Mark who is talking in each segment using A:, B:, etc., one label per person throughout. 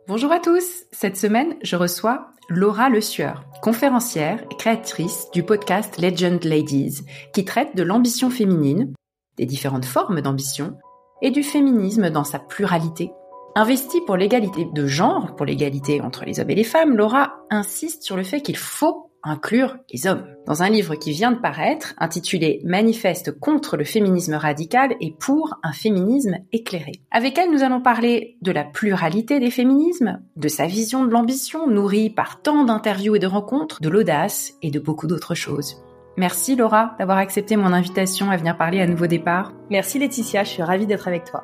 A: Bonjour à tous. Cette semaine, je reçois Laura Le Sueur, conférencière et créatrice du podcast Legend Ladies, qui traite de l'ambition féminine, des différentes formes d'ambition et du féminisme dans sa pluralité. Investie pour l'égalité de genre, pour l'égalité entre les hommes et les femmes, Laura insiste sur le fait qu'il faut inclure les hommes. Dans un livre qui vient de paraître, intitulé Manifeste contre le féminisme radical et pour un féminisme éclairé. Avec elle, nous allons parler de la pluralité des féminismes, de sa vision de l'ambition nourrie par tant d'interviews et de rencontres, de l'audace et de beaucoup d'autres choses. Merci Laura d'avoir accepté mon invitation à venir parler à Nouveau Départ.
B: Merci Laetitia, je suis ravie d'être avec toi.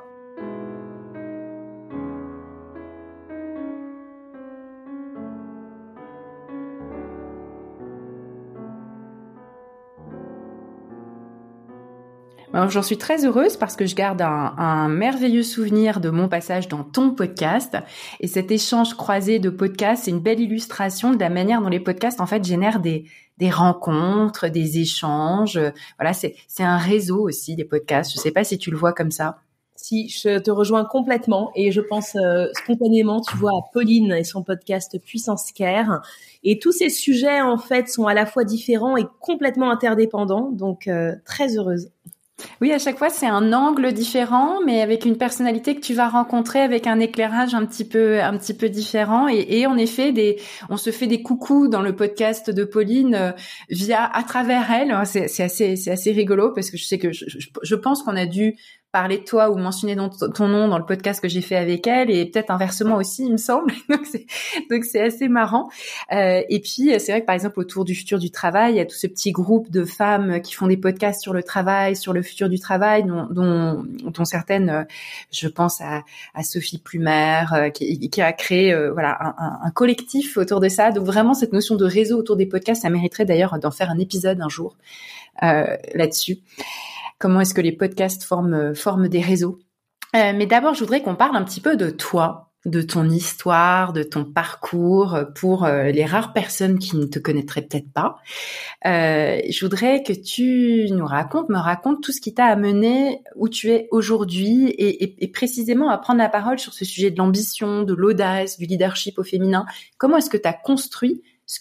A: Alors, j'en suis très heureuse parce que je garde un merveilleux souvenir de mon passage dans ton podcast. Et cet échange croisé de podcasts, c'est une belle illustration de la manière dont les podcasts, en fait, génèrent des rencontres, des échanges. Voilà, c'est un réseau aussi, des podcasts. Je sais pas si tu le vois comme ça.
B: Si, je te rejoins complètement et je pense spontanément, tu vois, à Pauline et son podcast Puissance Care. Et tous ces sujets, en fait, sont à la fois différents et complètement interdépendants. Donc, très heureuse.
A: Oui, à chaque fois, c'est un angle différent, mais avec une personnalité que tu vas rencontrer avec un éclairage un petit peu différent. Et en effet, on se fait des coucous dans le podcast de Pauline à travers elle. C'est assez rigolo parce que je sais que je pense qu'on a dû parler de toi ou mentionner ton nom dans le podcast que j'ai fait avec elle et peut-être inversement aussi, il me semble. Donc c'est assez marrant. Et puis c'est vrai que par exemple autour du futur du travail, il y a tout ce petit groupe de femmes qui font des podcasts sur le travail, sur le futur du travail, dont certaines, je pense à Sophie Plumer, qui a créé un collectif autour de ça. Donc vraiment cette notion de réseau autour des podcasts, ça mériterait d'ailleurs d'en faire un épisode un jour là-dessus. Comment est-ce que les podcasts forment des réseaux. Mais d'abord, je voudrais qu'on parle un petit peu de toi, de ton histoire, de ton parcours, pour les rares personnes qui ne te connaîtraient peut-être pas. Je voudrais que tu me racontes tout ce qui t'a amené où tu es aujourd'hui et précisément à prendre la parole sur ce sujet de l'ambition, de l'audace, du leadership au féminin. Comment est-ce que tu as construit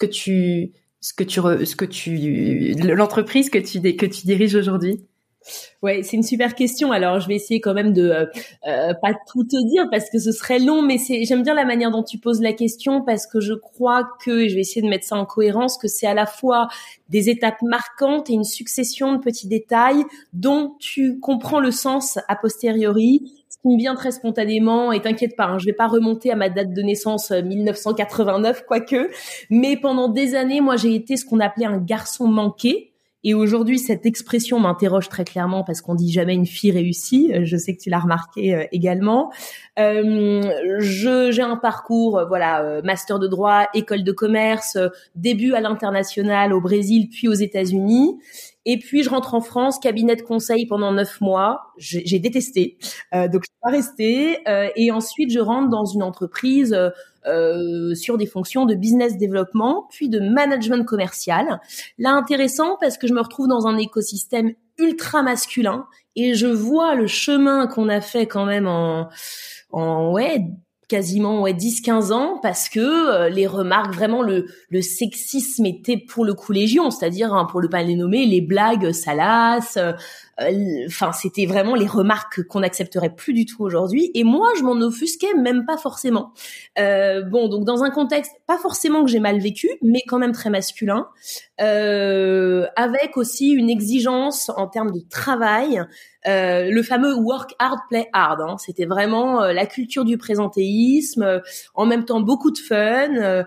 A: l'entreprise que tu diriges aujourd'hui?
B: Ouais, c'est une super question. Alors, je vais essayer quand même de pas tout te dire parce que ce serait long, mais j'aime bien la manière dont tu poses la question parce que je crois et je vais essayer de mettre ça en cohérence, que c'est à la fois des étapes marquantes et une succession de petits détails dont tu comprends le sens a posteriori. Ce qui me vient très spontanément, et t'inquiète pas, je vais pas remonter à ma date de naissance 1989, quoique, mais pendant des années, moi, j'ai été ce qu'on appelait un garçon manqué. Et aujourd'hui, cette expression m'interroge très clairement parce qu'on dit jamais une fille réussie. Je sais que tu l'as remarqué également. J'ai un parcours, master de droit, école de commerce, début à l'international au Brésil, puis aux États-Unis. Et puis, je rentre en France, cabinet de conseil pendant 9 mois. J'ai détesté. Donc, je suis pas restée. Et ensuite, je rentre dans une entreprise sur des fonctions de business développement, puis de management commercial. Là, intéressant parce que je me retrouve dans un écosystème ultra masculin et je vois le chemin qu'on a fait quand même quasiment 10-15 ans parce que les remarques, vraiment le sexisme était pour le coup légion, c'est-à-dire pour le pas les nommer, les blagues salaces, c'était vraiment les remarques qu'on n'accepterait plus du tout aujourd'hui et moi je m'en offusquais même pas forcément. Donc dans un contexte pas forcément que j'ai mal vécu mais quand même très masculin, avec aussi une exigence en termes de travail. Le fameux work hard, play hard. C'était vraiment la culture du présentéisme, en même temps beaucoup de fun.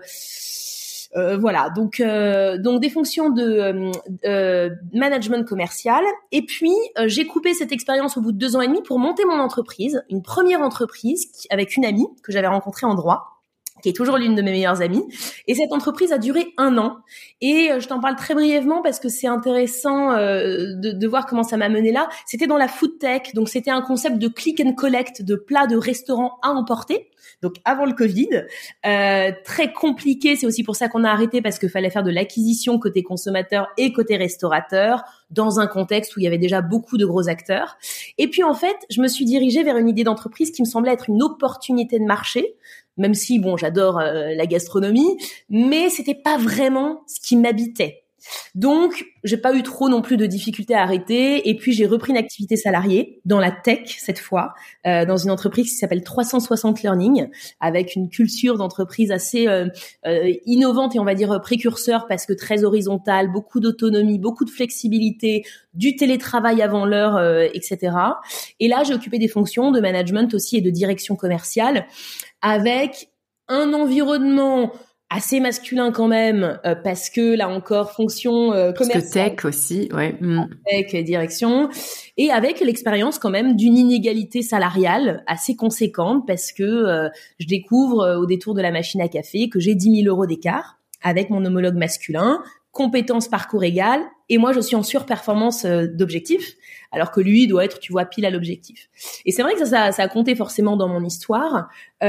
B: Donc des fonctions de management commercial. Et puis j'ai coupé cette expérience au bout de 2 ans et demi pour monter mon entreprise, une première entreprise avec une amie que j'avais rencontrée en droit, qui est toujours l'une de mes meilleures amies. Et cette entreprise a duré 1 an. Et je t'en parle très brièvement parce que c'est intéressant de voir comment ça m'a mené là. C'était dans la food tech, donc c'était un concept de click and collect, de plats de restaurants à emporter. Donc avant le Covid, très compliqué. C'est aussi pour ça qu'on a arrêté parce qu'il fallait faire de l'acquisition côté consommateur et côté restaurateur dans un contexte où il y avait déjà beaucoup de gros acteurs. Et puis en fait, je me suis dirigée vers une idée d'entreprise qui me semblait être une opportunité de marché, même si bon, j'adore la gastronomie, mais c'était pas vraiment ce qui m'habitait. Donc, j'ai pas eu trop non plus de difficultés à arrêter. Et puis, j'ai repris une activité salariée dans la tech cette fois, dans une entreprise qui s'appelle 360 Learning, avec une culture d'entreprise assez innovante et on va dire précurseur parce que très horizontale, beaucoup d'autonomie, beaucoup de flexibilité, du télétravail avant l'heure, etc. Et là, j'ai occupé des fonctions de management aussi et de direction commerciale avec un environnement assez masculin quand même, parce que là encore fonction commerciale,
A: parce que tech aussi, ouais,
B: tech direction, et avec l'expérience quand même d'une inégalité salariale assez conséquente parce que je découvre au détour de la machine à café que j'ai 10 000 € d'écart avec mon homologue masculin, compétences parcours égal, et moi je suis en surperformance d'objectif, alors que lui doit être, tu vois, pile à l'objectif. Et c'est vrai que ça a compté forcément dans mon histoire.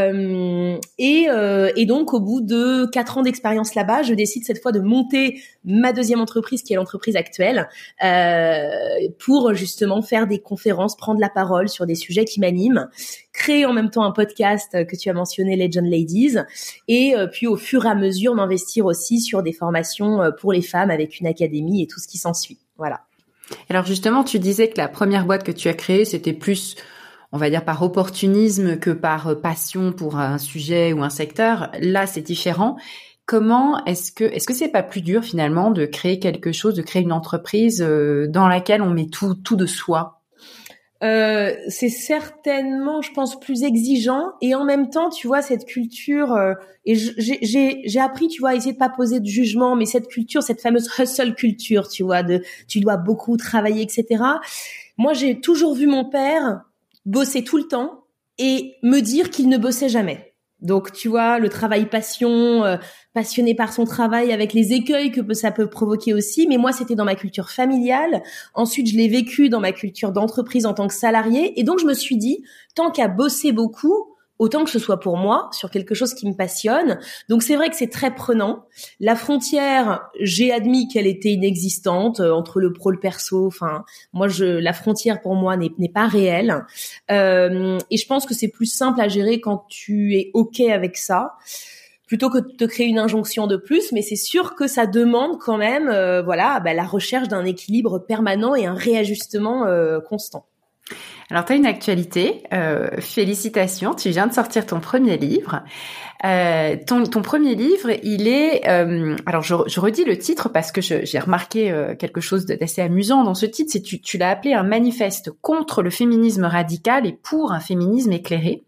B: Et donc, au bout de 4 ans d'expérience là-bas, je décide cette fois de monter ma deuxième entreprise, qui est l'entreprise actuelle, pour justement faire des conférences, prendre la parole sur des sujets qui m'animent, créer en même temps un podcast que tu as mentionné, Legend Ladies, et puis au fur et à mesure m'investir aussi sur des formations pour les femmes avec une académie et tout ce qui s'ensuit. Voilà.
A: Alors justement, tu disais que la première boîte que tu as créée, c'était plus, on va dire, par opportunisme que par passion pour un sujet ou un secteur. Là, c'est différent. Comment est-ce que c'est pas plus dur finalement de créer quelque chose, de créer une entreprise dans laquelle on met tout de soi?
B: C'est certainement, je pense, plus exigeant, et en même temps, tu vois, cette culture, et j'ai appris, tu vois, à essayer de pas poser de jugement, mais cette culture, cette fameuse hustle culture, tu vois, de tu dois beaucoup travailler, etc. Moi, j'ai toujours vu mon père bosser tout le temps et me dire qu'il ne bossait jamais. Donc, tu vois, le travail passion, passionné par son travail avec les écueils que ça peut provoquer aussi. Mais moi, c'était dans ma culture familiale. Ensuite, je l'ai vécu dans ma culture d'entreprise en tant que salarié. Et donc, je me suis dit, tant qu'à bosser beaucoup, autant que ce soit pour moi, sur quelque chose qui me passionne. Donc, c'est vrai que c'est très prenant. La frontière, j'ai admis qu'elle était inexistante entre le pro et le perso. Enfin, moi, la frontière pour moi n'est pas réelle. Et je pense que c'est plus simple à gérer quand tu es OK avec ça, plutôt que de te créer une injonction de plus. Mais c'est sûr que ça demande quand même, la recherche d'un équilibre permanent et un réajustement constant.
A: Alors, tu as une actualité. Félicitations, tu viens de sortir ton premier livre. Ton premier livre, il est... alors, je redis le titre parce que j'ai remarqué quelque chose d'assez amusant dans ce titre. C'est tu l'as appelé un manifeste contre le féminisme radical et pour un féminisme éclairé.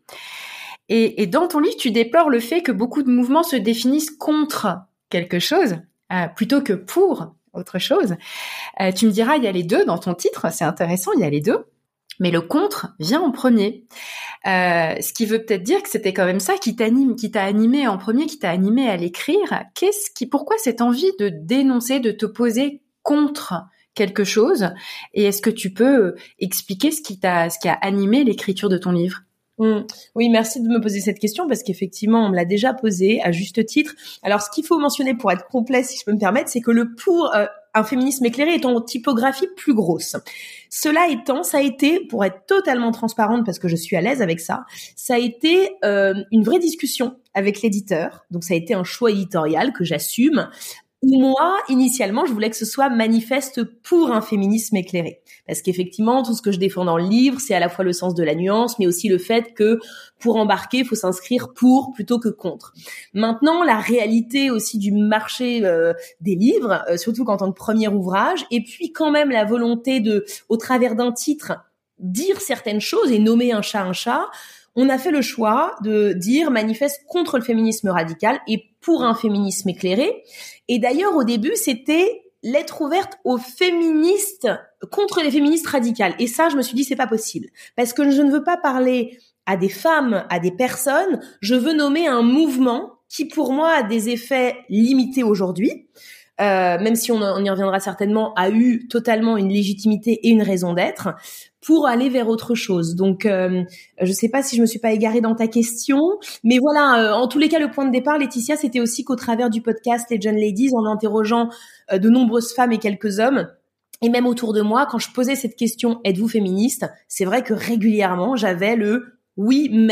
A: Et dans ton livre, tu déplores le fait que beaucoup de mouvements se définissent contre quelque chose plutôt que pour autre chose. Tu me diras, il y a les deux dans ton titre. C'est intéressant, il y a les deux. Mais le contre vient en premier. Ce qui veut peut-être dire que c'était quand même ça qui t'a animé en premier, qui t'a animé à l'écrire. Pourquoi cette envie de dénoncer, de t'opposer contre quelque chose? Et est-ce que tu peux expliquer ce qui a animé l'écriture de ton livre?
B: Oui, merci de me poser cette question parce qu'effectivement, on me l'a déjà posée à juste titre. Alors, ce qu'il faut mentionner pour être complet, si je peux me permettre, c'est que le pour un féminisme éclairé est en typographie plus grosse. Cela étant, ça a été, pour être totalement transparente parce que je suis à l'aise avec ça a été une vraie discussion avec l'éditeur. Donc, ça a été un choix éditorial que j'assume. Moi, initialement, je voulais que ce soit manifeste pour un féminisme éclairé. Parce qu'effectivement, tout ce que je défends dans le livre, c'est à la fois le sens de la nuance, mais aussi le fait que pour embarquer, il faut s'inscrire pour plutôt que contre. Maintenant, la réalité aussi du marché des livres, surtout qu'en tant que premier ouvrage, et puis quand même la volonté de, au travers d'un titre, dire certaines choses et nommer un chat, on a fait le choix de dire manifeste contre le féminisme radical et pour un féminisme éclairé. Et d'ailleurs, au début, c'était lettre ouverte aux féministes contre les féministes radicales. Et ça, je me suis dit, c'est pas possible. Parce que je ne veux pas parler à des femmes, à des personnes. Je veux nommer un mouvement qui, pour moi, a des effets limités aujourd'hui. Même si on y reviendra certainement, a eu totalement une légitimité et une raison d'être pour aller vers autre chose. Donc, je sais pas si je me suis pas égarée dans ta question, mais voilà, en tous les cas, le point de départ, Laetitia, c'était aussi qu'au travers du podcast Legend Ladies, en interrogeant de nombreuses femmes et quelques hommes, et même autour de moi, quand je posais cette question, êtes-vous féministe? C'est vrai que régulièrement, j'avais le oui, mais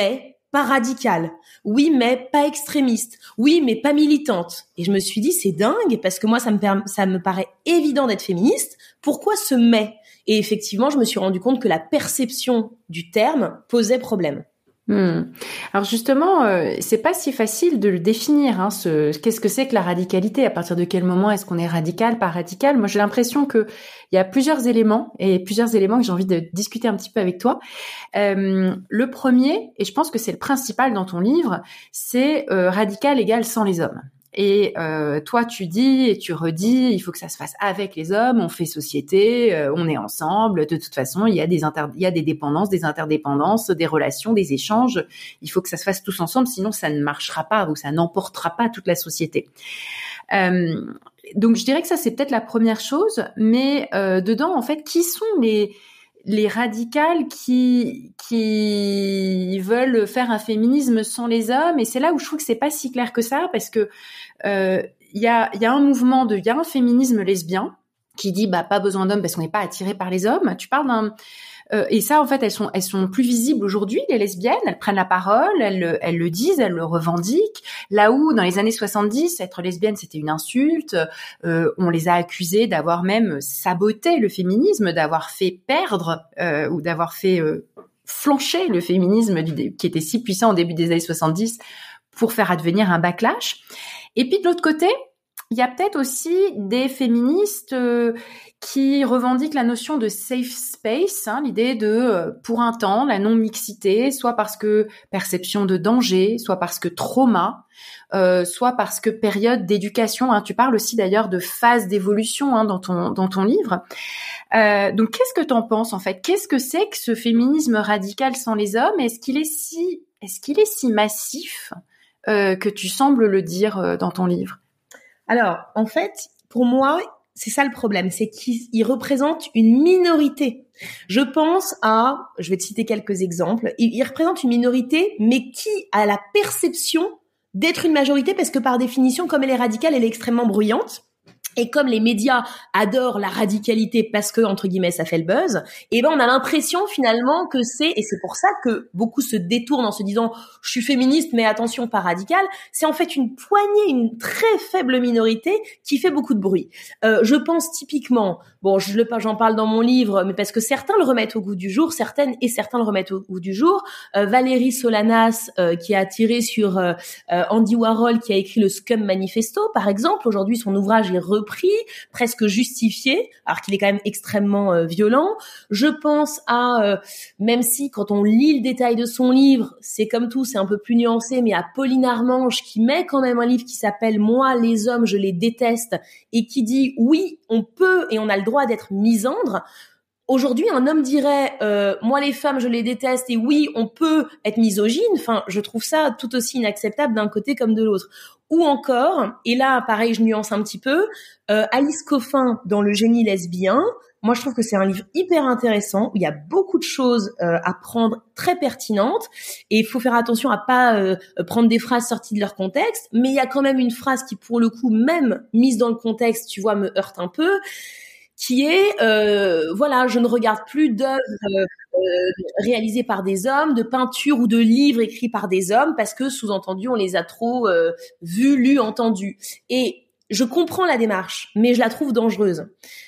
B: pas radicale. Oui, mais pas extrémiste. Oui, mais pas militante. Et je me suis dit, c'est dingue, parce que moi, ça me paraît évident d'être féministe. Pourquoi ce mais? Et effectivement, je me suis rendu compte que la perception du terme posait problème.
A: Alors justement, c'est pas si facile de le définir. Qu'est-ce que c'est que la radicalité? À partir de quel moment est-ce qu'on est radical, pas radical? Moi, j'ai l'impression que il y a plusieurs éléments que j'ai envie de discuter un petit peu avec toi. Le premier, et je pense que c'est le principal dans ton livre, c'est radical égale sans les hommes. Et toi, tu dis et tu redis, il faut que ça se fasse avec les hommes. On fait société, on est ensemble. De toute façon, il y a des dépendances, des interdépendances, des relations, des échanges. Il faut que ça se fasse tous ensemble, sinon ça ne marchera pas ou ça n'emportera pas toute la société. Donc, je dirais que ça, c'est peut-être la première chose. Mais dedans, en fait, qui sont les radicales qui veulent faire un féminisme sans les hommes? Et c'est là où je trouve que c'est pas si clair que ça, parce que il y a un féminisme lesbien qui dit pas besoin d'hommes parce qu'on n'est pas attiré par les hommes. Tu parles et ça, en fait, elles sont plus visibles aujourd'hui, les lesbiennes. Elles prennent la parole, elles le disent, elles le revendiquent. Là où, dans les années 70, être lesbienne, c'était une insulte. On les a accusées d'avoir même saboté le féminisme, d'avoir fait perdre ou d'avoir fait flancher le féminisme qui était si puissant au début des années 70 pour faire advenir un backlash. Et puis, de l'autre côté, il y a peut-être aussi des féministes qui revendiquent la notion de safe space, l'idée de, pour un temps, la non-mixité, soit parce que perception de danger, soit parce que trauma, soit parce que période d'éducation. Tu parles aussi d'ailleurs de phase d'évolution dans ton livre. Donc, qu'est-ce que t'en penses en fait? Qu'est-ce que c'est que ce féminisme radical sans les hommes? Est-ce qu'il est si massif que tu sembles le dire dans ton livre?
B: Alors, en fait, pour moi, c'est ça le problème, c'est qu'il représente une minorité. Je vais te citer quelques exemples, il représente une minorité, mais qui a la perception d'être une majorité, parce que par définition, comme elle est radicale, elle est extrêmement bruyante. Et comme les médias adorent la radicalité parce que, entre guillemets, ça fait le buzz, on a l'impression finalement que et c'est pour ça que beaucoup se détournent en se disant je suis féministe mais attention, pas radicale. C'est en fait une une très faible minorité qui fait beaucoup de bruit. Je pense typiquement, j'en parle dans mon livre, mais parce que certains le remettent au goût du jour, certains le remettent au goût du jour. Valérie Solanas, qui a tiré sur Andy Warhol, qui a écrit le Scum Manifesto, par exemple. Aujourd'hui, son ouvrage est repris, presque justifié, alors qu'il est quand même extrêmement violent. Je pense à, même si quand on lit le détail de son livre, c'est comme tout, c'est un peu plus nuancé, mais à Pauline Armange, qui met quand même un livre qui s'appelle « Moi, les hommes, je les déteste » et qui dit « Oui, on peut et on a le droit d'être misandre ». Aujourd'hui, un homme dirait moi les femmes je les déteste et oui on peut être misogyne. Enfin, je trouve ça tout aussi inacceptable d'un côté comme de l'autre. Ou encore, et là pareil je nuance un petit peu, Alice Coffin dans Le génie lesbien. Moi je trouve que c'est un livre hyper intéressant où il y a beaucoup de choses à prendre, très pertinentes, et il faut faire attention à pas prendre des phrases sorties de leur contexte. Mais il y a quand même une phrase qui pour le coup même mise dans le contexte, tu vois, me heurte un peu, qui est je ne regarde plus d'œuvres réalisées par des hommes, de peintures ou de livres écrits par des hommes, parce que sous-entendu on les a trop vus, lus, entendus. Et je comprends la démarche, mais je la trouve dangereuse.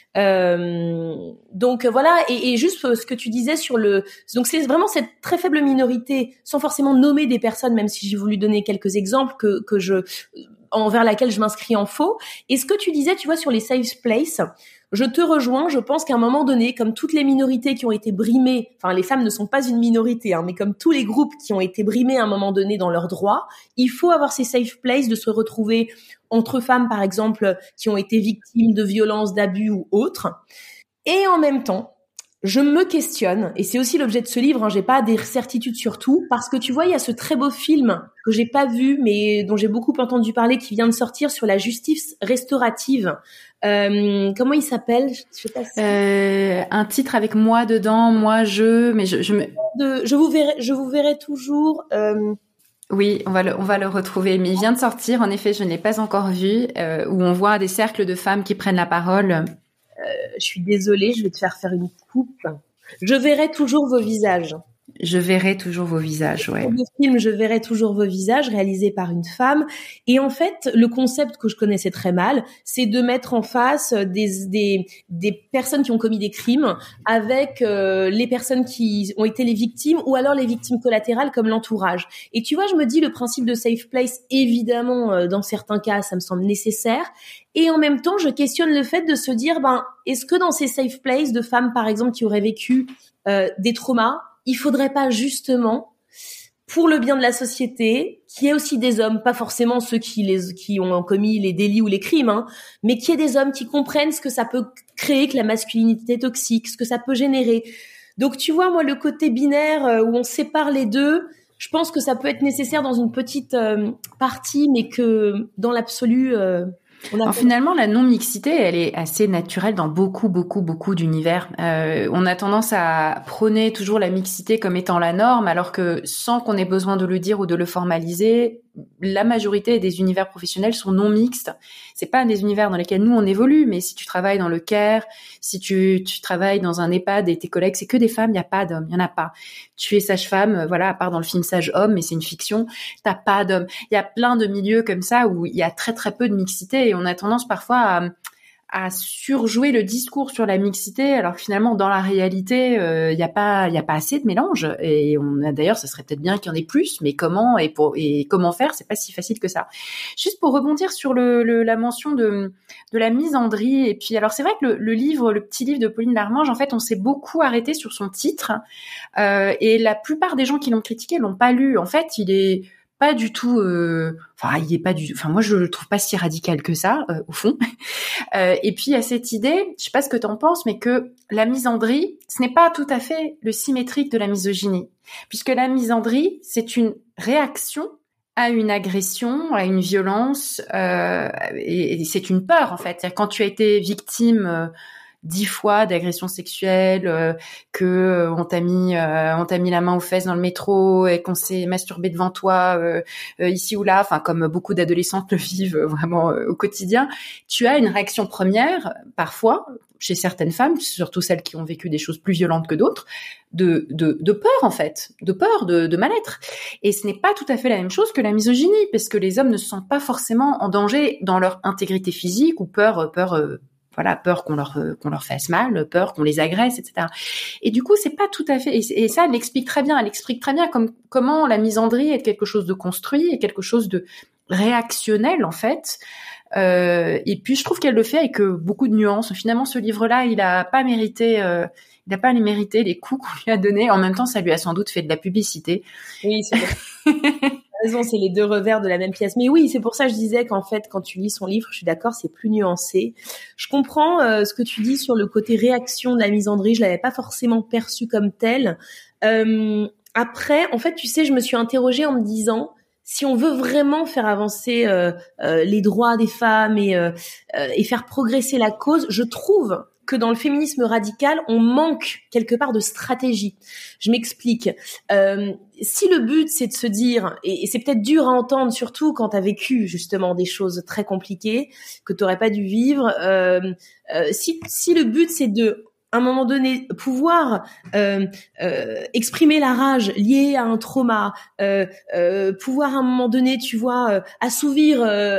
B: Donc voilà, et juste ce que tu disais donc c'est vraiment cette très faible minorité, sans forcément nommer des personnes, même si j'ai voulu donner quelques exemples envers laquelle je m'inscris en faux. Et ce que tu disais, tu vois, sur les safe places, je te rejoins. Je pense qu'à un moment donné, comme toutes les minorités qui ont été brimées, enfin les femmes ne sont pas une minorité, mais comme tous les groupes qui ont été brimés à un moment donné dans leurs droits, il faut avoir ces safe places de se retrouver entre femmes, par exemple, qui ont été victimes de violences, d'abus ou autres. Et en même temps, je me questionne, et c'est aussi l'objet de ce livre, j'ai pas des certitudes sur tout, parce que tu vois, il y a ce très beau film que j'ai pas vu, mais dont j'ai beaucoup entendu parler, qui vient de sortir sur la justice restaurative. Comment il s'appelle? Je sais pas si...
A: un titre avec moi dedans, mais
B: je vous verrai toujours.
A: Oui, on va le retrouver. Mais il vient de sortir, en effet, je ne l'ai pas encore vu, où on voit des cercles de femmes qui prennent la parole.
B: Je suis désolée, je vais te faire une coupe. Je verrai toujours vos visages.
A: Je verrai toujours vos visages, ouais.
B: Le film Je verrai toujours vos visages, réalisé par une femme. Et en fait, le concept que je connaissais très mal, c'est de mettre en face des personnes qui ont commis des crimes avec les personnes qui ont été les victimes ou alors les victimes collatérales comme l'entourage. Et tu vois, je me dis, le principe de safe place, évidemment, dans certains cas, ça me semble nécessaire. Et en même temps, je questionne le fait de se dire, est-ce que dans ces safe places de femmes, par exemple, qui auraient vécu des traumas, il faudrait pas justement, pour le bien de la société, qu'il y ait aussi des hommes, pas forcément ceux qui ont commis les délits ou les crimes, mais qu'il y ait des hommes qui comprennent ce que ça peut créer que la masculinité toxique, ce que ça peut générer. Donc tu vois, moi, le côté binaire où on sépare les deux, je pense que ça peut être nécessaire dans une petite partie, mais que dans l'absolu...
A: Alors finalement, la non-mixité, elle est assez naturelle dans beaucoup d'univers. On a tendance à prôner toujours la mixité comme étant la norme, alors que sans qu'on ait besoin de le dire ou de le formaliser, la majorité des univers professionnels sont non mixtes. C'est pas des univers dans lesquels nous on évolue, mais si tu travailles dans le care, si tu travailles dans un EHPAD et tes collègues, c'est que des femmes, il y a pas d'hommes, il y en a pas. Tu es sage-femme, voilà, à part dans le film Sage Homme, mais c'est une fiction, t'as pas d'hommes. Il y a plein de milieux comme ça où il y a très peu de mixité et on a tendance parfois à surjouer le discours sur la mixité, alors que finalement dans la réalité il y a pas assez de mélange et on a d'ailleurs ça serait peut-être bien qu'il y en ait plus, mais comment et comment faire, c'est pas si facile que ça. Juste pour rebondir sur la mention de la misandrie, et puis alors c'est vrai que le petit livre de Pauline Larmange, en fait on s'est beaucoup arrêté sur son titre et la plupart des gens qui l'ont critiqué l'ont pas lu. En fait il est pas du tout moi je le trouve pas si radical que ça au fond. Et puis il y a cette idée, je sais pas ce que t'en penses, mais que la misandrie, ce n'est pas tout à fait le symétrique de la misogynie, puisque la misandrie, c'est une réaction à une agression, à une violence, et c'est une peur en fait. C'est-à-dire quand tu as été victime 10 fois d'agression sexuelle, que on t'a mis la main aux fesses dans le métro et qu'on s'est masturbé devant toi ici ou là, enfin comme beaucoup d'adolescentes le vivent vraiment au quotidien, tu as une réaction première parfois chez certaines femmes, surtout celles qui ont vécu des choses plus violentes que d'autres, de peur en fait, de peur, de mal-être. Et ce n'est pas tout à fait la même chose que la misogynie, parce que les hommes ne se sentent pas forcément en danger dans leur intégrité physique ou peur qu'on leur fasse mal, peur qu'on les agresse, etc. Et du coup, c'est pas tout à fait, et ça, elle explique très bien comment la misandrie est quelque chose de construit et quelque chose de réactionnel, en fait. Et puis, je trouve qu'elle le fait avec beaucoup de nuances. Finalement, ce livre-là, il a pas mérité les coups qu'on lui a donnés. En même temps, ça lui a sans doute fait de la publicité.
B: Oui, c'est vrai. Raison, c'est les deux revers de la même pièce. Mais oui, c'est pour ça que je disais qu'en fait, quand tu lis son livre, je suis d'accord, c'est plus nuancé. Je comprends ce que tu dis sur le côté réaction de la misandrie. Je l'avais pas forcément perçu comme tel. Après, en fait, tu sais, je me suis interrogée en me disant, si on veut vraiment faire avancer les droits des femmes et faire progresser la cause, je trouve que dans le féminisme radical, on manque quelque part de stratégie. Je m'explique. Si le but, c'est de se dire, et c'est peut-être dur à entendre, surtout quand tu as vécu justement des choses très compliquées que tu n'aurais pas dû vivre, si le but, c'est de, à un moment donné, pouvoir exprimer la rage liée à un trauma, pouvoir à un moment donné, tu vois, assouvir,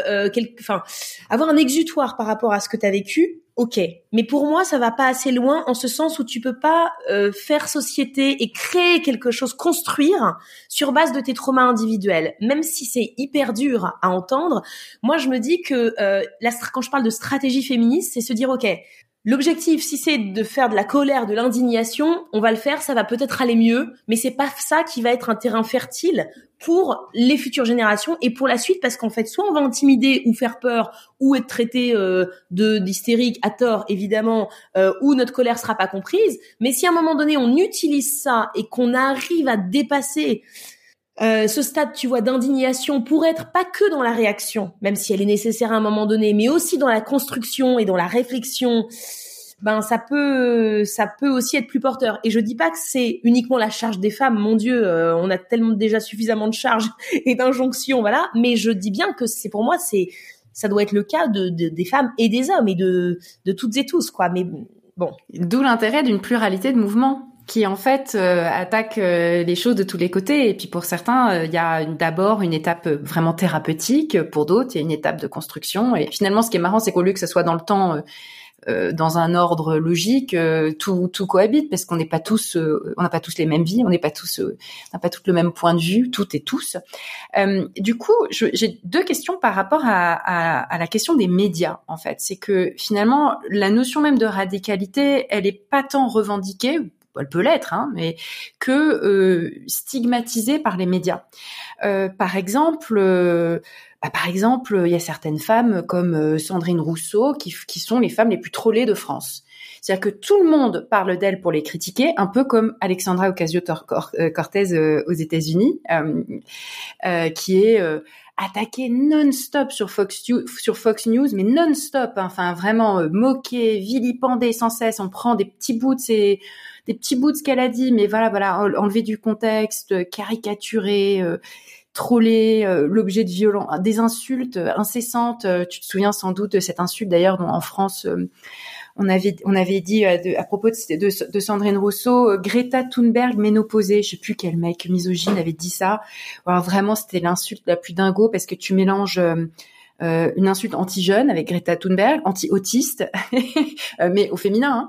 B: avoir un exutoire par rapport à ce que tu as vécu, ok, mais pour moi, ça va pas assez loin en ce sens où tu peux pas faire société et créer quelque chose, construire sur base de tes traumas individuels. Même si c'est hyper dur à entendre, moi je me dis que quand je parle de stratégie féministe, c'est se dire ok, l'objectif, si c'est de faire de la colère, de l'indignation, on va le faire, ça va peut-être aller mieux, mais c'est pas ça qui va être un terrain fertile pour les futures générations et pour la suite, parce qu'en fait, soit on va intimider ou faire peur ou être traité d'hystérique à tort, évidemment, ou notre colère sera pas comprise. Mais si à un moment donné, on utilise ça et qu'on arrive à dépasser ce stade, tu vois, d'indignation pour être pas que dans la réaction, même si elle est nécessaire à un moment donné, mais aussi dans la construction et dans la réflexion, ben ça peut aussi être plus porteur. Et je dis pas que c'est uniquement la charge des femmes, mon Dieu, on a tellement déjà suffisamment de charges et d'injonctions, voilà. Mais je dis bien que pour moi, ça doit être le cas des femmes et des hommes et de toutes et tous, quoi. Mais bon.
A: D'où l'intérêt d'une pluralité de mouvements. qui en fait attaque les choses de tous les côtés. Et puis pour certains, il y a d'abord une étape vraiment thérapeutique. Pour d'autres, il y a une étape de construction. Et finalement, ce qui est marrant, c'est qu'au lieu que ça soit dans le temps, dans un ordre logique, tout cohabite, parce qu'on n'est pas tous, on n'a pas tous les mêmes vies, on n'a pas tous le même point de vue, toutes et tous. Du coup, j'ai deux questions par rapport à la question des médias. En fait, c'est que finalement, la notion même de radicalité, elle est pas tant revendiquée. Elle peut l'être, hein, mais que stigmatisée par les médias. Par exemple, il y a certaines femmes comme Sandrine Rousseau qui sont les femmes les plus trollées de France. C'est-à-dire que tout le monde parle d'elles pour les critiquer, un peu comme Alexandra Ocasio-Cortez aux États-Unis, qui est attaquée non-stop sur Fox News, mais non-stop, hein, enfin vraiment moquée, vilipendée sans cesse. On prend des petits bouts de ce qu'elle a dit, mais voilà, enlever du contexte, caricaturer, troller, l'objet de des insultes incessantes. Tu te souviens sans doute de cette insulte d'ailleurs dont en France on avait dit à propos de Sandrine Rousseau, Greta Thunberg ménopausée. Je sais plus quel mec misogyne avait dit ça. Alors vraiment, c'était l'insulte la plus dingo parce que tu mélanges une insulte anti-jeune avec Greta Thunberg, anti-autiste, mais au féminin, hein,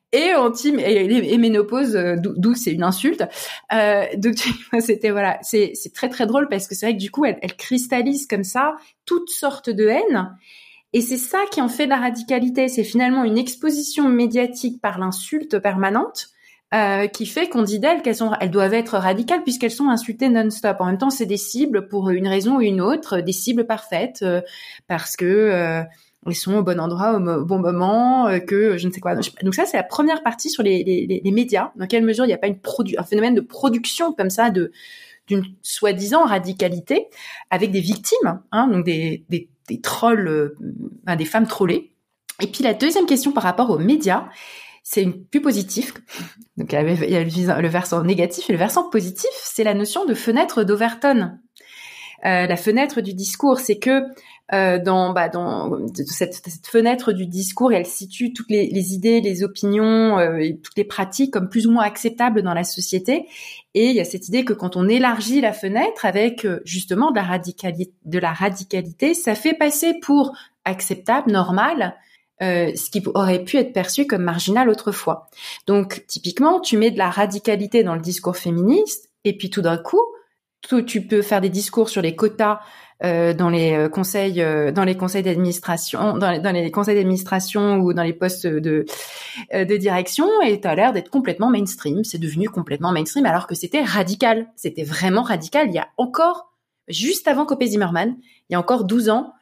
A: et ménopause, d'où c'est une insulte. Donc c'était voilà, c'est très très drôle parce que c'est vrai que du coup elle cristallise comme ça toutes sortes de haines. Et c'est ça qui en fait de la radicalité. C'est finalement une exposition médiatique par l'insulte permanente qui fait qu'on dit d'elles elles doivent être radicales puisqu'elles sont insultées non-stop. En même temps, c'est des cibles pour une raison ou une autre, des cibles parfaites parce que elles sont au bon endroit au bon moment, que je ne sais quoi. Donc ça, c'est la première partie sur les médias. Dans quelle mesure il n'y a pas un phénomène de production comme ça d'une soi-disant radicalité avec des victimes, hein, donc des trolls, des femmes trollées. Et puis la deuxième question par rapport aux médias, c'est une plus positive. Donc il y a le versant négatif et le versant positif, c'est la notion de fenêtre d'Overton. La fenêtre du discours, c'est que dans cette fenêtre du discours, elle situe toutes les idées, les opinions, et toutes les pratiques comme plus ou moins acceptables dans la société. Et il y a cette idée que quand on élargit la fenêtre avec justement de la radicalité, ça fait passer pour acceptable, normal, ce qui aurait pu être perçu comme marginal autrefois. Donc typiquement, tu mets de la radicalité dans le discours féministe, et puis tout d'un coup, tu peux faire des discours sur les quotas dans les conseils d'administration, dans les conseils d'administration ou dans les postes de direction, et tu as l'air d'être complètement mainstream. C'est devenu complètement mainstream alors que c'était radical. C'était vraiment radical. Il y a encore, juste avant Copé Zimmermann, il y a encore 12 ans,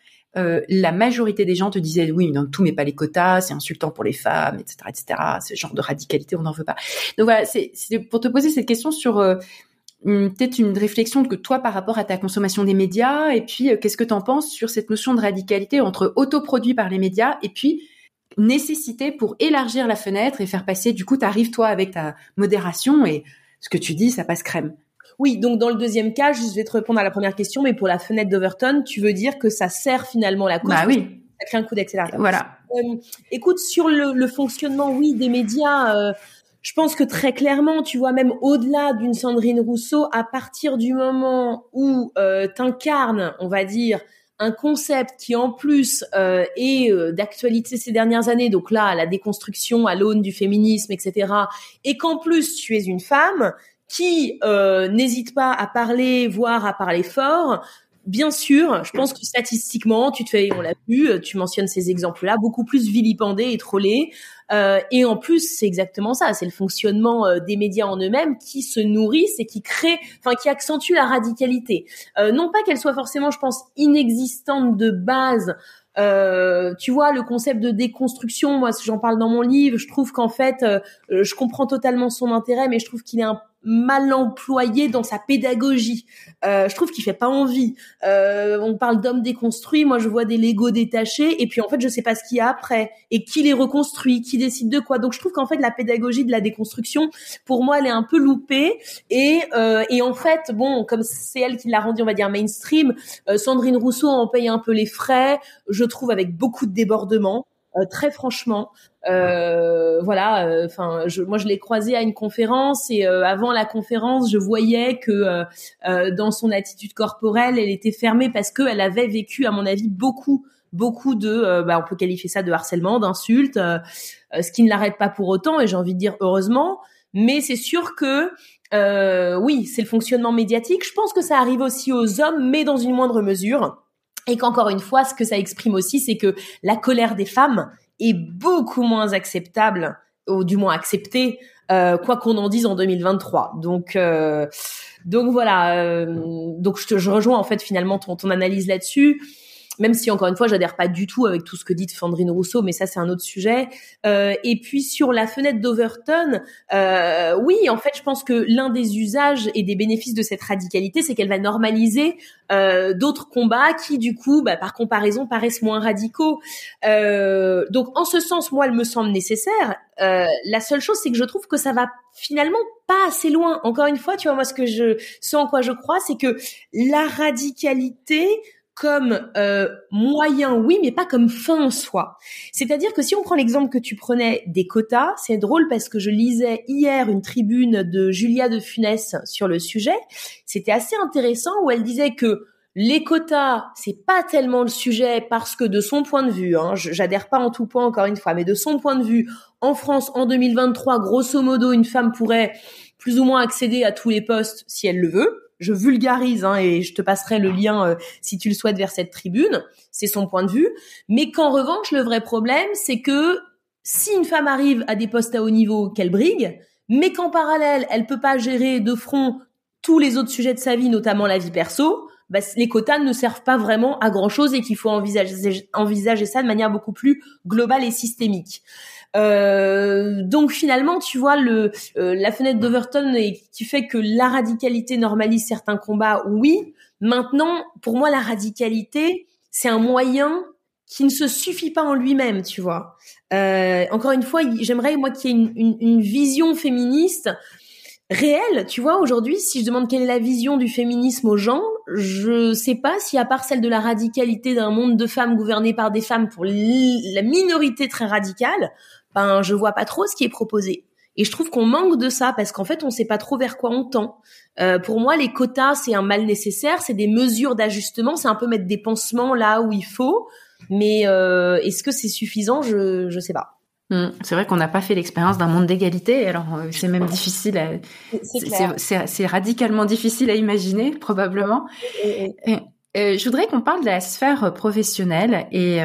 A: la majorité des gens te disaient oui, non, tout met pas les quotas, c'est insultant pour les femmes, etc. Ce genre de radicalité, on n'en veut pas. Donc voilà, c'est pour te poser cette question sur peut-être une réflexion que toi par rapport à ta consommation des médias, et puis qu'est-ce que t'en penses sur cette notion de radicalité entre autoproduit par les médias et puis nécessité pour élargir la fenêtre et faire passer, du coup t'arrives toi avec ta modération et ce que tu dis ça passe crème.
B: Oui, donc dans le deuxième cas, je vais te répondre à la première question, mais pour la fenêtre d'Overton, tu veux dire que ça sert finalement la cause,
A: bah oui,
B: ça crée un coup d'accélérateur.
A: Voilà.
B: Écoute, sur le fonctionnement, oui, des médias, je pense que très clairement, tu vois, même au-delà d'une Sandrine Rousseau, à partir du moment où t'incarnes, on va dire, un concept qui en plus est d'actualité ces dernières années, donc là, la déconstruction à l'aune du féminisme, etc., et qu'en plus tu es une femme qui n'hésite pas à parler, voire à parler fort. Bien sûr, je pense que statistiquement, on l'a vu, tu mentionnes ces exemples-là, beaucoup plus vilipendés et trollés. Et en plus, c'est exactement ça, c'est le fonctionnement des médias en eux-mêmes qui se nourrissent et qui accentuent la radicalité. Non pas qu'elle soit forcément, je pense, inexistante de base. Tu vois, le concept de déconstruction, moi, j'en parle dans mon livre, je trouve qu'en fait, je comprends totalement son intérêt, mais je trouve qu'il est un mal employé dans sa pédagogie. Je trouve qu'il fait pas envie. On parle d'hommes déconstruits, moi je vois des Legos détachés et puis en fait je sais pas ce qu'il y a après et qui les reconstruit, qui décide de quoi. Donc je trouve qu'en fait la pédagogie de la déconstruction, pour moi elle est un peu loupée et en fait bon, comme c'est elle qui l'a rendu on va dire mainstream, Sandrine Rousseau en paye un peu les frais, je trouve avec beaucoup de débordements. très franchement. Voilà. Enfin, moi, je l'ai croisée à une conférence et avant la conférence, je voyais que dans son attitude corporelle, elle était fermée parce que elle avait vécu, à mon avis, beaucoup de, on peut qualifier ça de harcèlement, d'insultes, ce qui ne l'arrête pas pour autant. Et j'ai envie de dire heureusement. Mais c'est sûr que oui, c'est le fonctionnement médiatique. Je pense que ça arrive aussi aux hommes, mais dans une moindre mesure. Et qu'encore une fois, ce que ça exprime aussi, c'est que la colère des femmes est beaucoup moins acceptable, ou du moins acceptée, quoi qu'on en dise en 2023. Donc voilà. Donc je rejoins en fait finalement ton analyse là-dessus. Même si encore une fois j'adhère pas du tout avec tout ce que dit Sandrine Rousseau, mais ça c'est un autre sujet. Et puis sur la fenêtre d'Overton, oui, en fait je pense que l'un des usages et des bénéfices de cette radicalité, c'est qu'elle va normaliser d'autres combats qui du coup, par comparaison, paraissent moins radicaux. Donc en ce sens, moi, elle me semble nécessaire. La seule chose, c'est que je trouve que ça va finalement pas assez loin. Encore une fois, tu vois, moi ce en quoi je crois, c'est que la radicalité comme moyen, oui, mais pas comme fin en soi. C'est-à-dire que si on prend l'exemple que tu prenais des quotas, c'est drôle parce que je lisais hier une tribune de Julia de Funès sur le sujet. C'était assez intéressant où elle disait que les quotas, c'est pas tellement le sujet parce que de son point de vue, j'adhère pas en tout point encore une fois, mais de son point de vue, en France, en 2023, grosso modo, une femme pourrait plus ou moins accéder à tous les postes si elle le veut. Je vulgarise et je te passerai le lien si tu le souhaites vers cette tribune. C'est son point de vue. Mais qu'en revanche, le vrai problème, c'est que si une femme arrive à des postes à haut niveau, qu'elle brigue, mais qu'en parallèle, elle peut pas gérer de front tous les autres sujets de sa vie, notamment la vie perso, les quotas ne servent pas vraiment à grand-chose et qu'il faut envisager ça de manière beaucoup plus globale et systémique. Donc finalement, tu vois, la fenêtre d'Overton qui fait que la radicalité normalise certains combats, oui. Maintenant, pour moi, la radicalité, c'est un moyen qui ne se suffit pas en lui-même, tu vois. Encore une fois, j'aimerais, moi, qu'il y ait une vision féministe réelle. Tu vois, aujourd'hui, si je demande quelle est la vision du féminisme aux gens, je sais pas si, à part celle de la radicalité d'un monde de femmes gouverné par des femmes pour la minorité très radicale, je vois pas trop ce qui est proposé. Et je trouve qu'on manque de ça parce qu'en fait, on sait pas trop vers quoi on tend. Pour moi, les quotas, c'est un mal nécessaire, c'est des mesures d'ajustement, c'est un peu mettre des pansements là où il faut. Mais est-ce que c'est suffisant ? Je sais pas.
A: C'est vrai qu'on n'a pas fait l'expérience d'un monde d'égalité, alors c'est même difficile c'est radicalement difficile à imaginer, probablement. Je voudrais qu'on parle de la sphère professionnelle